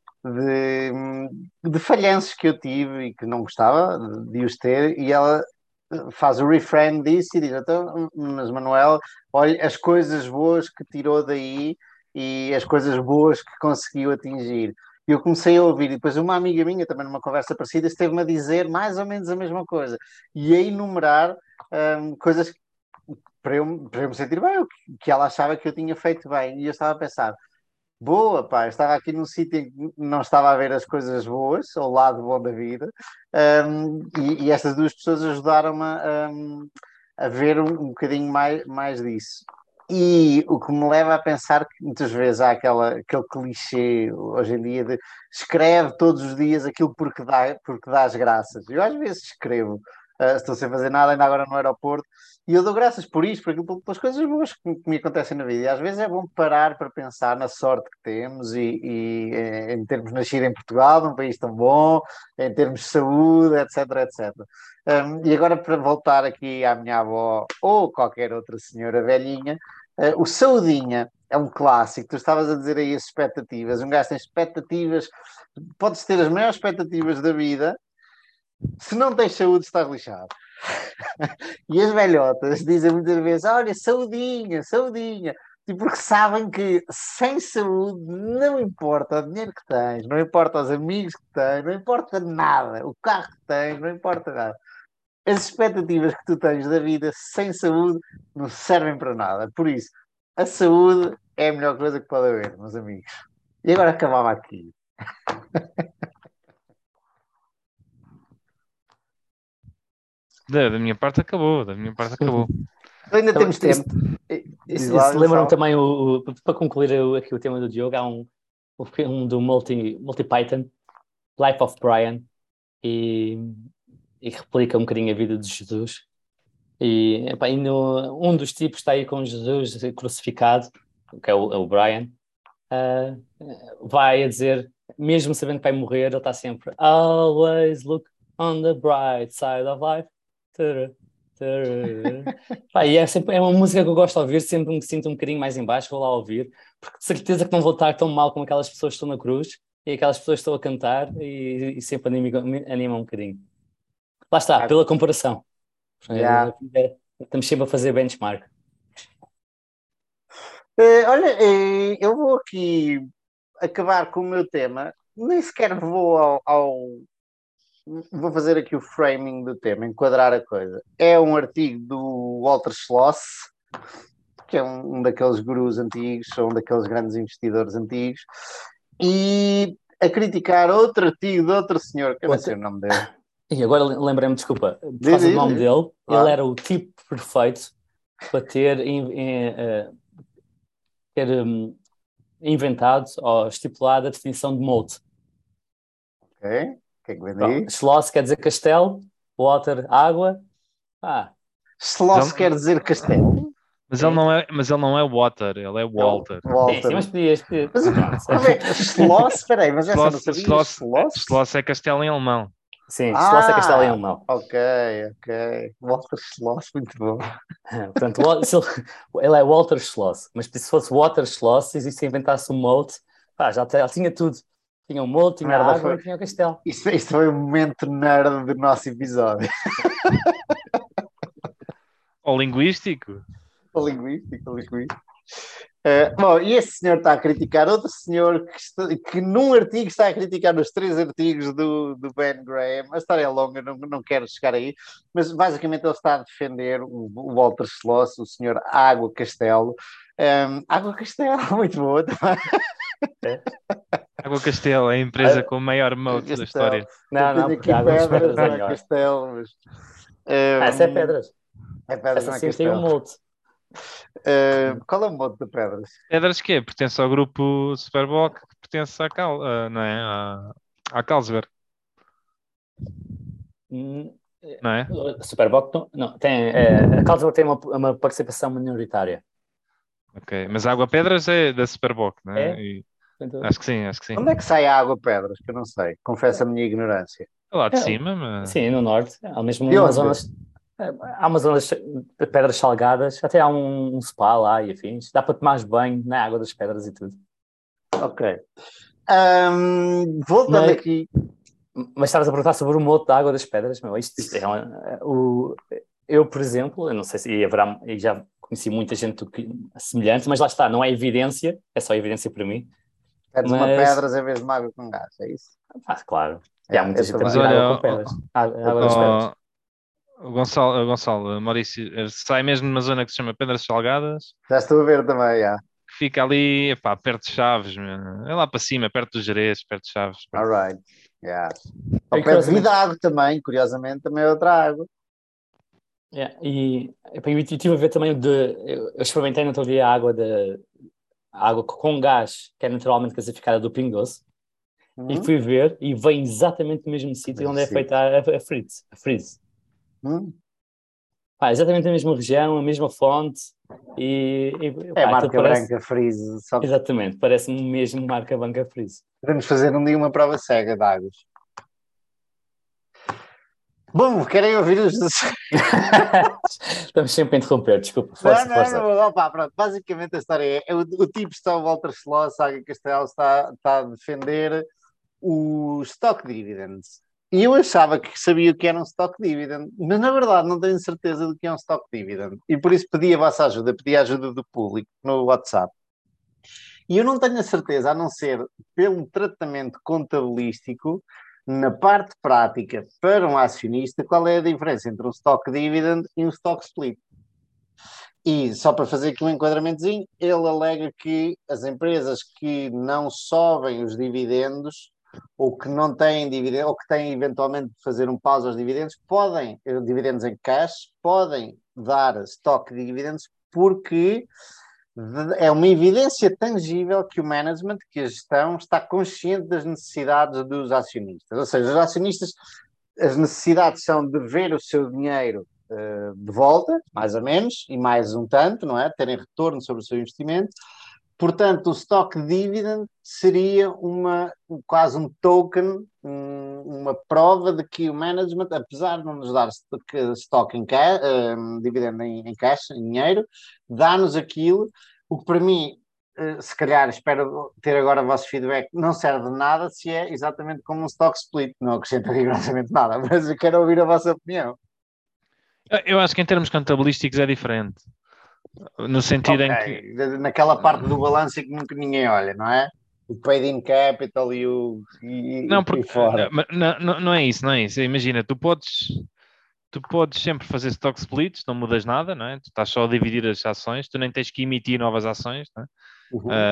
[SPEAKER 1] de falhanços que eu tive e que não gostava de os ter, e ela faz o reframe disso e diz, então, mas Manuel, olha as coisas boas que tirou daí e as coisas boas que conseguiu atingir. E eu comecei a ouvir, e depois uma amiga minha, também numa conversa parecida, esteve-me a dizer mais ou menos a mesma coisa, e a enumerar coisas para eu me sentir bem, o que ela achava que eu tinha feito bem, e eu estava a pensar, boa, pá, eu estava aqui num sítio em que não estava a ver as coisas boas, ao lado bom da vida, e estas duas pessoas ajudaram-me a ver um bocadinho mais disso. E o que me leva a pensar que muitas vezes há aquele clichê hoje em dia de escreve todos os dias aquilo porque dá as graças. Eu às vezes escrevo, estou sem fazer nada, ainda agora no aeroporto, e eu dou graças por isto, pelas coisas boas que me acontecem na vida. E às vezes é bom parar para pensar na sorte que temos e em termos nascido em Portugal, num país tão bom, em termos de saúde, etc, etc. E agora para voltar aqui à minha avó ou qualquer outra senhora velhinha, o Saudinha é um clássico. Tu estavas a dizer aí as expectativas. Um gajo tem expectativas, podes ter as maiores expectativas da vida, se não tens saúde, estás lixado. E as velhotas dizem muitas vezes: olha, saudinha, saudinha. Tipo, porque sabem que sem saúde não importa o dinheiro que tens, não importa os amigos que tens, não importa nada, o carro que tens, não importa nada. As expectativas que tu tens da vida sem saúde não servem para nada. Por isso, a saúde é a melhor coisa que pode haver, meus amigos. E agora acabava aqui.
[SPEAKER 2] Da minha parte acabou, da minha parte acabou.
[SPEAKER 1] Ainda temos tempo.
[SPEAKER 3] Isso lembra-me também, para concluir aqui o tema do Diogo, há o filme do Multi-Python, Life of Brian, e replica um bocadinho a vida de Jesus. E um dos tipos está aí com Jesus crucificado, que é o Brian, vai a dizer, mesmo sabendo que vai morrer, ele está sempre always look on the bright side of life. E é uma música que eu gosto de ouvir, sempre me sinto um bocadinho mais em baixo, vou lá ouvir, porque de certeza que não vou estar tão mal como aquelas pessoas que estão na cruz e aquelas pessoas que estão a cantar e sempre anima um bocadinho. Lá está, pela comparação. Estamos sempre a fazer benchmark.
[SPEAKER 1] Olha, eu vou aqui acabar com o meu tema, nem sequer vou vou fazer aqui o framing do tema, enquadrar a coisa. É um artigo do Walter Schloss, que é um daqueles gurus antigos, ou um daqueles grandes investidores antigos, e a criticar outro artigo de outro senhor, que eu não sei o nome dele.
[SPEAKER 3] E agora lembrei-me, desculpa, por causa do nome dele, ele era o tipo perfeito para ter inventado ou estipulado a definição de moat.
[SPEAKER 1] Ok. Que é que vem daí?
[SPEAKER 3] Schloss quer dizer castelo, water, água.
[SPEAKER 1] Schloss quer dizer castelo?
[SPEAKER 2] Mas ele não é Water, ele é Walter.
[SPEAKER 3] Sim, mas podias.
[SPEAKER 1] Mas como é? Schloss? Espera aí, mas essa não sabia.
[SPEAKER 2] Schloss é castelo em alemão.
[SPEAKER 3] Sim, Schloss é castelo em
[SPEAKER 1] Ah,
[SPEAKER 3] alemão.
[SPEAKER 1] ok. Walter Schloss, muito bom.
[SPEAKER 3] Portanto, ele é Walter Schloss, mas se fosse Water Schloss, e se inventasse um moat, pá, já tinha tudo. Tinha um moat, tinha
[SPEAKER 1] Merda,
[SPEAKER 3] água e tinha o castelo.
[SPEAKER 1] isto foi o momento nerd do nosso episódio.
[SPEAKER 2] Ou linguístico.
[SPEAKER 1] Linguístico. Bom, e esse senhor está a criticar outro senhor que num artigo está a criticar os 3 artigos do Ben Graham. A história é longa, não quero chegar aí, mas basicamente ele está a defender o Walter Schloss, o senhor Água Castelo. Água Castelo, muito boa também.
[SPEAKER 3] É?
[SPEAKER 2] Água Castelo é a empresa com o maior moat da
[SPEAKER 1] Castelo.
[SPEAKER 2] história.
[SPEAKER 1] Eu
[SPEAKER 3] Não,
[SPEAKER 1] tenho
[SPEAKER 3] porque
[SPEAKER 1] aqui
[SPEAKER 3] a água das
[SPEAKER 1] pedras,
[SPEAKER 3] pedras
[SPEAKER 1] não
[SPEAKER 3] é
[SPEAKER 1] é
[SPEAKER 3] melhor.
[SPEAKER 1] Castelo, mas
[SPEAKER 3] Essa é
[SPEAKER 1] um,
[SPEAKER 3] pedras.
[SPEAKER 1] é pedras,
[SPEAKER 3] Essa
[SPEAKER 1] não é
[SPEAKER 3] sim tem um
[SPEAKER 1] Castelo.
[SPEAKER 3] moat.
[SPEAKER 1] Qual é o modo de pedras?
[SPEAKER 2] Pedras que é? Pertence ao grupo Superboc, que pertence não é? À Carlsberg,
[SPEAKER 3] Hum,
[SPEAKER 2] não é?
[SPEAKER 3] Superboc não, tem, a Carlsberg tem uma participação minoritária.
[SPEAKER 2] Ok, mas a Água Pedras é da Superboc, não é?
[SPEAKER 3] É? Portanto,
[SPEAKER 2] Acho que sim, acho que sim.
[SPEAKER 1] Onde é que sai a água pedras? Que eu não sei. Confesso a minha ignorância.
[SPEAKER 2] É lá de
[SPEAKER 3] é,
[SPEAKER 2] cima, mas...
[SPEAKER 3] sim, no norte. Há mesmo
[SPEAKER 1] De
[SPEAKER 3] umas
[SPEAKER 1] onde?
[SPEAKER 3] zonas. Há umas zonas de pedras salgadas, até há um spa lá e afins. Dá para tomar banho na água das pedras e tudo.
[SPEAKER 1] Ok. Voltando
[SPEAKER 3] Mas,
[SPEAKER 1] aqui.
[SPEAKER 3] mas estavas a perguntar sobre o moto da água das pedras, meu, isto é eu, por exemplo, eu não sei se e já conheci muita gente semelhante, mas lá está, não é evidência, é só evidência para mim,
[SPEAKER 1] Pedes uma
[SPEAKER 3] mas,
[SPEAKER 1] pedras em vez de uma água com gás, é isso?
[SPEAKER 3] claro, e há
[SPEAKER 1] Yeah,
[SPEAKER 3] muita
[SPEAKER 1] eu
[SPEAKER 3] gente a
[SPEAKER 2] Mas
[SPEAKER 1] também.
[SPEAKER 3] beber água
[SPEAKER 2] olha,
[SPEAKER 3] com pedras,
[SPEAKER 1] Eu
[SPEAKER 3] água das
[SPEAKER 1] também.
[SPEAKER 3] pedras.
[SPEAKER 2] Gonçalo, Maurício, sai mesmo numa zona que se chama Pedras Salgadas,
[SPEAKER 1] Já estou a ver também, já.
[SPEAKER 2] que fica ali, epá, perto de Chaves, meu. É lá para cima, perto dos Gerês, perto de Chaves.
[SPEAKER 1] All right. Yeah. Ao
[SPEAKER 3] E
[SPEAKER 1] pé de
[SPEAKER 3] curiosamente,
[SPEAKER 1] Vidago também, curiosamente, também é outra água.
[SPEAKER 3] e epá, eu estive a ver também eu experimentei no outro dia a água com gás, que é naturalmente gasificada do Pingo Doce, e
[SPEAKER 1] Hum?
[SPEAKER 3] fui ver, e vem exatamente do mesmo sítio
[SPEAKER 1] Mesmo
[SPEAKER 3] onde é feita
[SPEAKER 1] sítio.
[SPEAKER 3] a freeze.
[SPEAKER 1] Hum?
[SPEAKER 3] Pá, exatamente a mesma região, a mesma fonte,
[SPEAKER 1] É a
[SPEAKER 3] pá, aquilo
[SPEAKER 1] marca
[SPEAKER 3] parece,
[SPEAKER 1] branca Freeze. Só que
[SPEAKER 3] exatamente, parece-me mesmo marca Banca Freeze.
[SPEAKER 1] podemos fazer um dia uma prova cega de águas. Bom, querem ouvir os.
[SPEAKER 3] Estamos sempre a interromper, desculpa,
[SPEAKER 1] Não,
[SPEAKER 3] força,
[SPEAKER 1] não,
[SPEAKER 3] força.
[SPEAKER 1] não. Opa, pronto. Basicamente a história o tipo está, o Walter Schloss, Saga Castelo, está a defender o stock dividends. E eu achava que sabia o que era um stock dividend, mas na verdade não tenho certeza do que é um stock dividend. E por isso pedi a vossa ajuda, pedi a ajuda do público no WhatsApp. E eu não tenho a certeza, a não ser pelo tratamento contabilístico, na parte prática, para um acionista, qual é a diferença entre um stock dividend e um stock split. E só para fazer aqui um enquadramentozinho, ele alega que as empresas que não sobem os dividendos ou que não têm dividendos, ou que têm eventualmente de fazer um pause aos dividendos, podem, dividendos em cash, podem dar stock de dividendos porque é uma evidência tangível que o management, que a gestão, está consciente das necessidades dos acionistas. Ou seja, os acionistas, as necessidades são de ver o seu dinheiro de volta, mais ou menos, e mais um tanto, não é? Terem retorno sobre o seu investimento. Portanto, o stock dividend seria quase um token, uma prova de que o management, apesar de não nos dar stock dividend em cash, em dinheiro, dá-nos aquilo, o que para mim, se calhar, espero ter agora o vosso feedback, não serve de nada se é exatamente como um stock split, não acrescenta rigorosamente nada, mas eu quero ouvir a vossa opinião.
[SPEAKER 2] Eu acho que em termos contabilísticos é diferente. No sentido
[SPEAKER 1] Ok,
[SPEAKER 2] em que...
[SPEAKER 1] naquela parte do balanço que nunca ninguém olha, não é? O paid-in capital
[SPEAKER 2] Não,
[SPEAKER 1] e por aí
[SPEAKER 2] porque
[SPEAKER 1] fora.
[SPEAKER 2] não é isso, não é isso. Imagina, tu podes sempre fazer stock splits, não mudas nada, não é? Tu estás só a dividir as ações, tu nem tens que emitir novas ações, não é?
[SPEAKER 1] Uhum.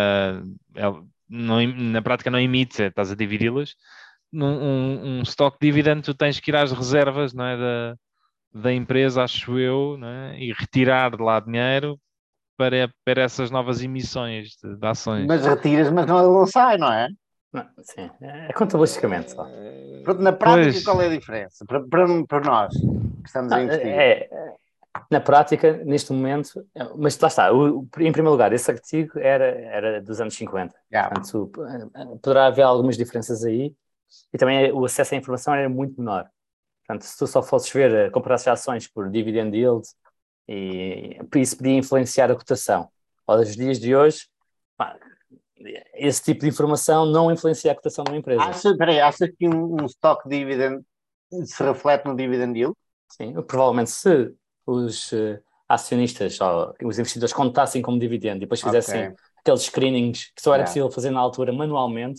[SPEAKER 2] Na prática não emites, estás a dividi-las. Um stock dividend, tu tens que ir às reservas, não é? Da empresa, acho eu, não é? E retirar de lá dinheiro para essas novas emissões de ações.
[SPEAKER 1] Mas retiras, mas não sai, não é?
[SPEAKER 3] Não, sim, é contabilisticamente só.
[SPEAKER 1] Pronto, na prática,
[SPEAKER 2] Pois,
[SPEAKER 1] qual é a diferença? Para nós que estamos a
[SPEAKER 3] Não,
[SPEAKER 1] investir.
[SPEAKER 3] na prática, neste momento, mas lá está, em primeiro lugar, esse artigo era dos anos 50,
[SPEAKER 1] Yeah.
[SPEAKER 3] portanto, poderá haver algumas diferenças aí, E também o acesso à informação era muito menor. Portanto, se tu só fosses ver, comparasse ações por dividend yield, e isso podia influenciar a cotação. Aos dias de hoje, pá, esse tipo de informação não influencia a cotação de uma empresa.
[SPEAKER 1] Achas que um stock dividend se reflete no dividend yield?
[SPEAKER 3] Sim, provavelmente se os acionistas ou os investidores contassem como dividendo e depois fizessem aqueles screenings que só era possível fazer na altura manualmente,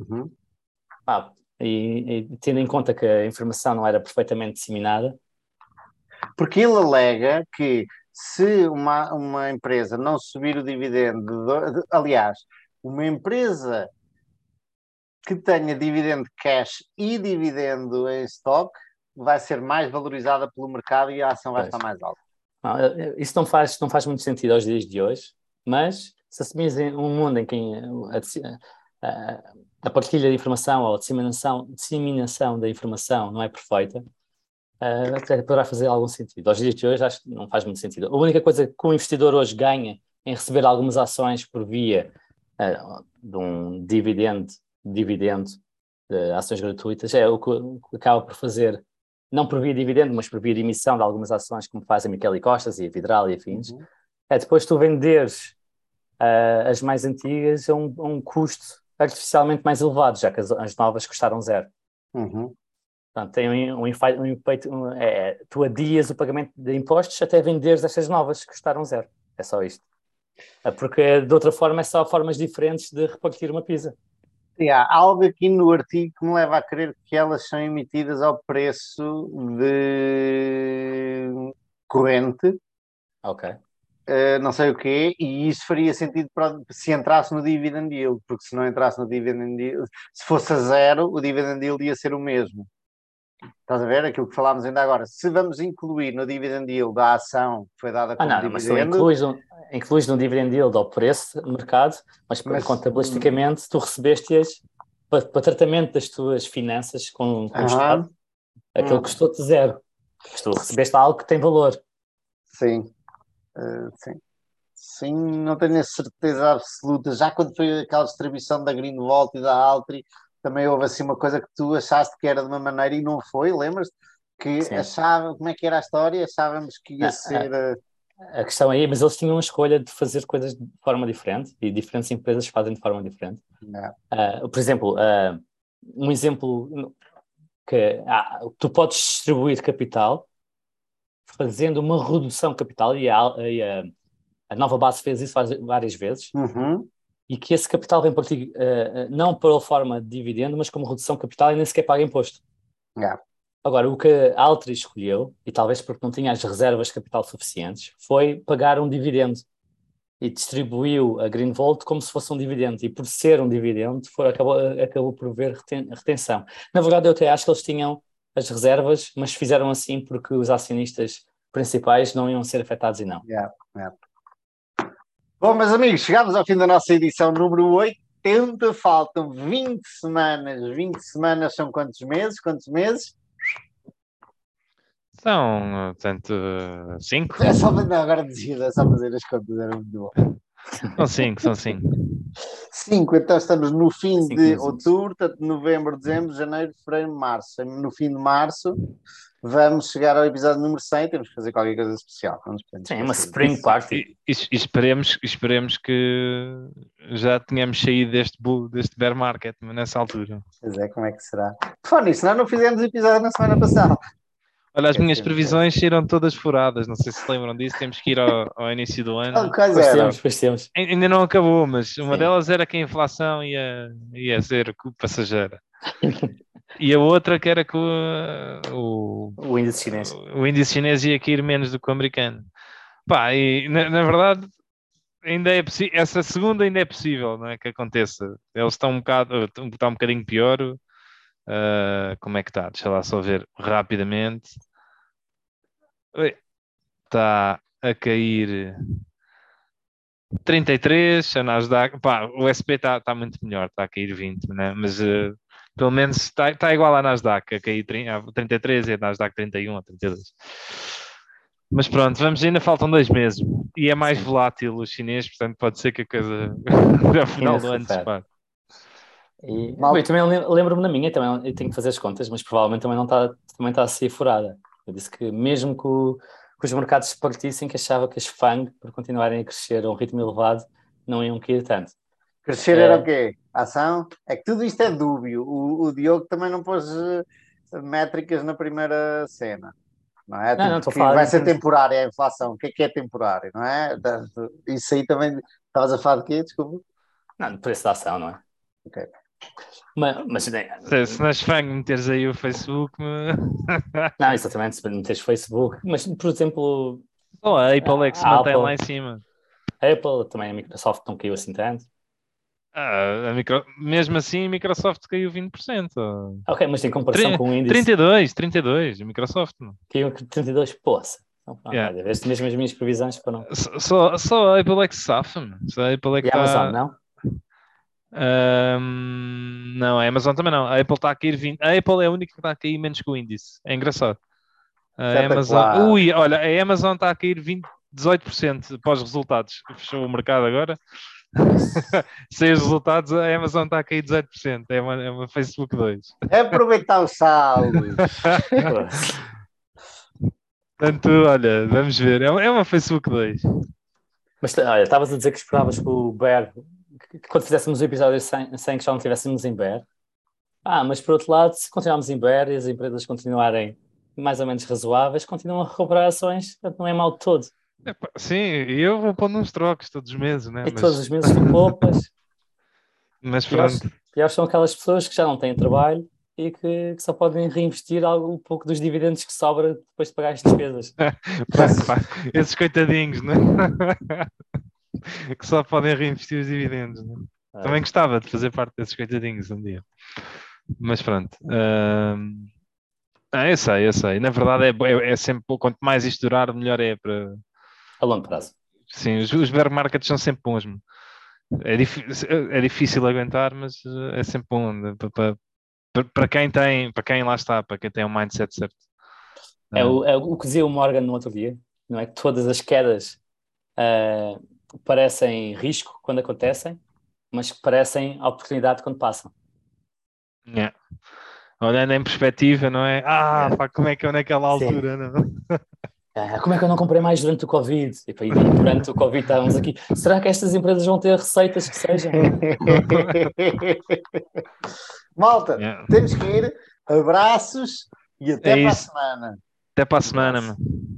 [SPEAKER 3] e tendo em conta que a informação não era perfeitamente disseminada.
[SPEAKER 1] Porque ele alega que se uma empresa não subir o dividendo, aliás, uma empresa que tenha dividendo cash e dividendo em stock vai ser mais valorizada pelo mercado e a ação vai estar mais alta.
[SPEAKER 3] Não, isso não faz muito sentido aos dias de hoje, mas se assumires um mundo em que a partilha de informação ou a disseminação da informação não é perfeita, até poderá fazer algum sentido. Aos dias de hoje acho que não faz muito sentido. A única coisa que o investidor hoje ganha em receber algumas ações por via de um dividendo de ações gratuitas é o que acaba por fazer, não por via dividendo, mas por via de emissão de algumas ações, como fazem Michele Costas e a Vidral e afins. É depois tu venderes as mais antigas a um custo artificialmente mais elevado, já que as novas custaram zero. Portanto, tem um efeito, tu adias o pagamento de impostos até venderes estas novas que custaram zero. É só isto. Porque de outra forma é só formas diferentes de repartir uma pizza.
[SPEAKER 1] Há algo aqui no artigo que me leva a crer que elas são emitidas ao preço de corrente. Não sei o quê, e isso faria sentido se entrasse no dividend yield, porque se não entrasse no dividend yield, se fosse a zero, o dividend yield ia ser o mesmo. Estás a ver aquilo que falámos ainda agora? Se vamos incluir no dividend yield a ação que foi dada como dividendo...
[SPEAKER 3] Mas tu incluís no dividend yield ao preço de mercado, mas contabilisticamente tu recebeste-as para tratamento das tuas finanças com o Estado, aquilo custou-te zero. Mas tu recebeste algo que tem valor.
[SPEAKER 1] Sim. Sim, não tenho a certeza absoluta. Já quando foi aquela distribuição da Greenvolt e da Altri, também houve assim uma coisa que tu achaste que era de uma maneira e não foi, lembras-te? Que como é que era a história? Achávamos que ia ser...
[SPEAKER 3] A questão aí, mas eles tinham a escolha de fazer coisas de forma diferente e diferentes empresas fazem de forma diferente. Por exemplo, um exemplo que tu podes distribuir capital fazendo uma redução de capital e a Nova Base fez isso várias vezes. E que esse capital vem para ti, não pela forma de dividendo, mas como redução de capital e nem sequer paga imposto. Agora, o que a Altri escolheu, e talvez porque não tinha as reservas de capital suficientes, foi pagar um dividendo e distribuiu a Greenvolt como se fosse um dividendo. E por ser um dividendo, acabou por haver retenção. Na verdade, eu até acho que eles tinham as reservas, mas fizeram assim porque os acionistas principais não iam ser afetados e não.
[SPEAKER 1] Bom, meus amigos, chegámos ao fim da nossa edição número 80, faltam 20 semanas. 20 semanas são quantos meses?
[SPEAKER 2] São, portanto, 5.
[SPEAKER 1] Agora dizia, é só fazer as contas, era muito bom.
[SPEAKER 2] São 5.
[SPEAKER 1] 5, então estamos no fim de outubro, portanto, novembro, dezembro, janeiro, fevereiro, março. No fim de março vamos chegar ao episódio número 100, temos que fazer qualquer coisa especial.
[SPEAKER 3] Sim, uma spring party.
[SPEAKER 2] Esperemos que já tenhamos saído deste bear market nessa altura.
[SPEAKER 1] Pois é, como é que será? Por falar nisso, nós não fizemos episódio na semana passada.
[SPEAKER 2] Olha, as minhas previsões saíram todas furadas, não sei se lembram disso, temos que ir ao início do ano.
[SPEAKER 3] Depois temos.
[SPEAKER 2] Ainda não acabou, mas uma delas era que a inflação ia ser passageira. E a outra que era que
[SPEAKER 3] o índice chinês.
[SPEAKER 2] O índice chinês ia cair menos do que o americano. E na verdade ainda é possível, essa segunda ainda é possível, não é, que aconteça. Eles estão está um bocadinho pior. Como é que está? Deixa lá só ver rapidamente. Está a cair 33, a Nasdaq, o SP está muito melhor, está a cair 20, né? Mas pelo menos está igual à Nasdaq, a cair 33 e a Nasdaq 31 a 32. Mas pronto, ainda faltam 2 meses e é mais volátil o chinês, portanto pode ser que a coisa até ao final do ano dispare.
[SPEAKER 3] Eu também lembro-me na minha, também eu tenho que fazer as contas, mas provavelmente também está a ser furada. Eu disse que mesmo que os mercados se partissem, que achava que as FANG, por continuarem a crescer a um ritmo elevado, não iam cair tanto.
[SPEAKER 1] Crescer era o quê? Ação? É que tudo isto é dúbio. O Diogo também não pôs métricas na primeira cena. Não é?
[SPEAKER 3] Não,
[SPEAKER 1] Tipo,
[SPEAKER 3] estou a
[SPEAKER 1] que
[SPEAKER 3] falar
[SPEAKER 1] vai
[SPEAKER 3] em
[SPEAKER 1] ser
[SPEAKER 3] termos...
[SPEAKER 1] temporária a inflação. O que é temporário, não é? Portanto, isso aí também. Estavas a falar de quê? Desculpa.
[SPEAKER 3] Não, de preço da ação, não é?
[SPEAKER 1] Ok.
[SPEAKER 3] Mas
[SPEAKER 2] Se nas FANG meteres aí o Facebook,
[SPEAKER 3] não, exatamente, se meteres Facebook, mas por exemplo,
[SPEAKER 2] ou a Apple é que se
[SPEAKER 3] a
[SPEAKER 2] mantém
[SPEAKER 3] Apple,
[SPEAKER 2] lá em cima.
[SPEAKER 3] a Apple, também a Microsoft não caiu assim tanto.
[SPEAKER 2] Mesmo assim, a Microsoft caiu 20%.
[SPEAKER 3] Ok, mas em comparação com o índice,
[SPEAKER 2] 32, a Microsoft. Não?
[SPEAKER 3] caiu 32, poça. Então,
[SPEAKER 2] Yeah.
[SPEAKER 3] olha, veste mesmo as minhas previsões foram.
[SPEAKER 2] Só a Apple é que se safa, mano. Só a Apple é que
[SPEAKER 3] E a Amazon,
[SPEAKER 2] está.
[SPEAKER 3] não?
[SPEAKER 2] Não, a Amazon também não. A Apple está a cair 20. A Apple é a única que está a cair menos que o índice. É engraçado. A Amazon.
[SPEAKER 1] Espetacular.
[SPEAKER 2] Ui, olha, a Amazon está a cair 18% pós resultados. Fechou o mercado agora. Sem os resultados, a Amazon está a cair 18%. É uma Facebook 2.
[SPEAKER 1] É aproveitar os saldos.
[SPEAKER 2] Portanto, olha, vamos ver. É uma Facebook 2.
[SPEAKER 3] Mas olha, estavas a dizer que esperavas que o Bear, que quando fizéssemos o episódio 100 que já não estivéssemos em Bear. Mas por outro lado, se continuarmos em Bear e as empresas continuarem mais ou menos razoáveis, continuam a recuperar ações, portanto não é mal de todo.
[SPEAKER 2] Sim, e eu vou pondo uns trocos todos os meses, né?
[SPEAKER 3] E todos os meses tu poupas.
[SPEAKER 2] Mas
[SPEAKER 3] Piores,
[SPEAKER 2] pronto.
[SPEAKER 3] piores são aquelas pessoas que já não têm trabalho e que só podem reinvestir um pouco dos dividendos que sobra depois de pagar as despesas.
[SPEAKER 2] Pá, esses coitadinhos, né? Que só podem reinvestir os dividendos, né? Também gostava de fazer parte desses coitadinhos um dia. Mas pronto. Eu sei. Na verdade é sempre, quanto mais isto durar, melhor é para...
[SPEAKER 3] A longo prazo.
[SPEAKER 2] Sim, os bear markets são sempre bons. É difícil aguentar, mas é sempre bom para quem lá está, para quem tem um mindset certo.
[SPEAKER 3] É o que dizia o Morgan no outro dia, não é? Que todas as quedas parecem risco quando acontecem, mas que parecem oportunidade quando passam.
[SPEAKER 2] Yeah. Olhando em perspectiva, não é? Pá, como é que eu naquela altura, não?
[SPEAKER 3] Como é que eu não comprei mais durante o Covid? E durante o Covid estávamos aqui. Será que estas empresas vão ter receitas que sejam?
[SPEAKER 1] Malta,
[SPEAKER 2] Yeah.
[SPEAKER 1] temos que ir. Abraços e até para a
[SPEAKER 2] isso.
[SPEAKER 1] semana.
[SPEAKER 2] Até para a semana, mano.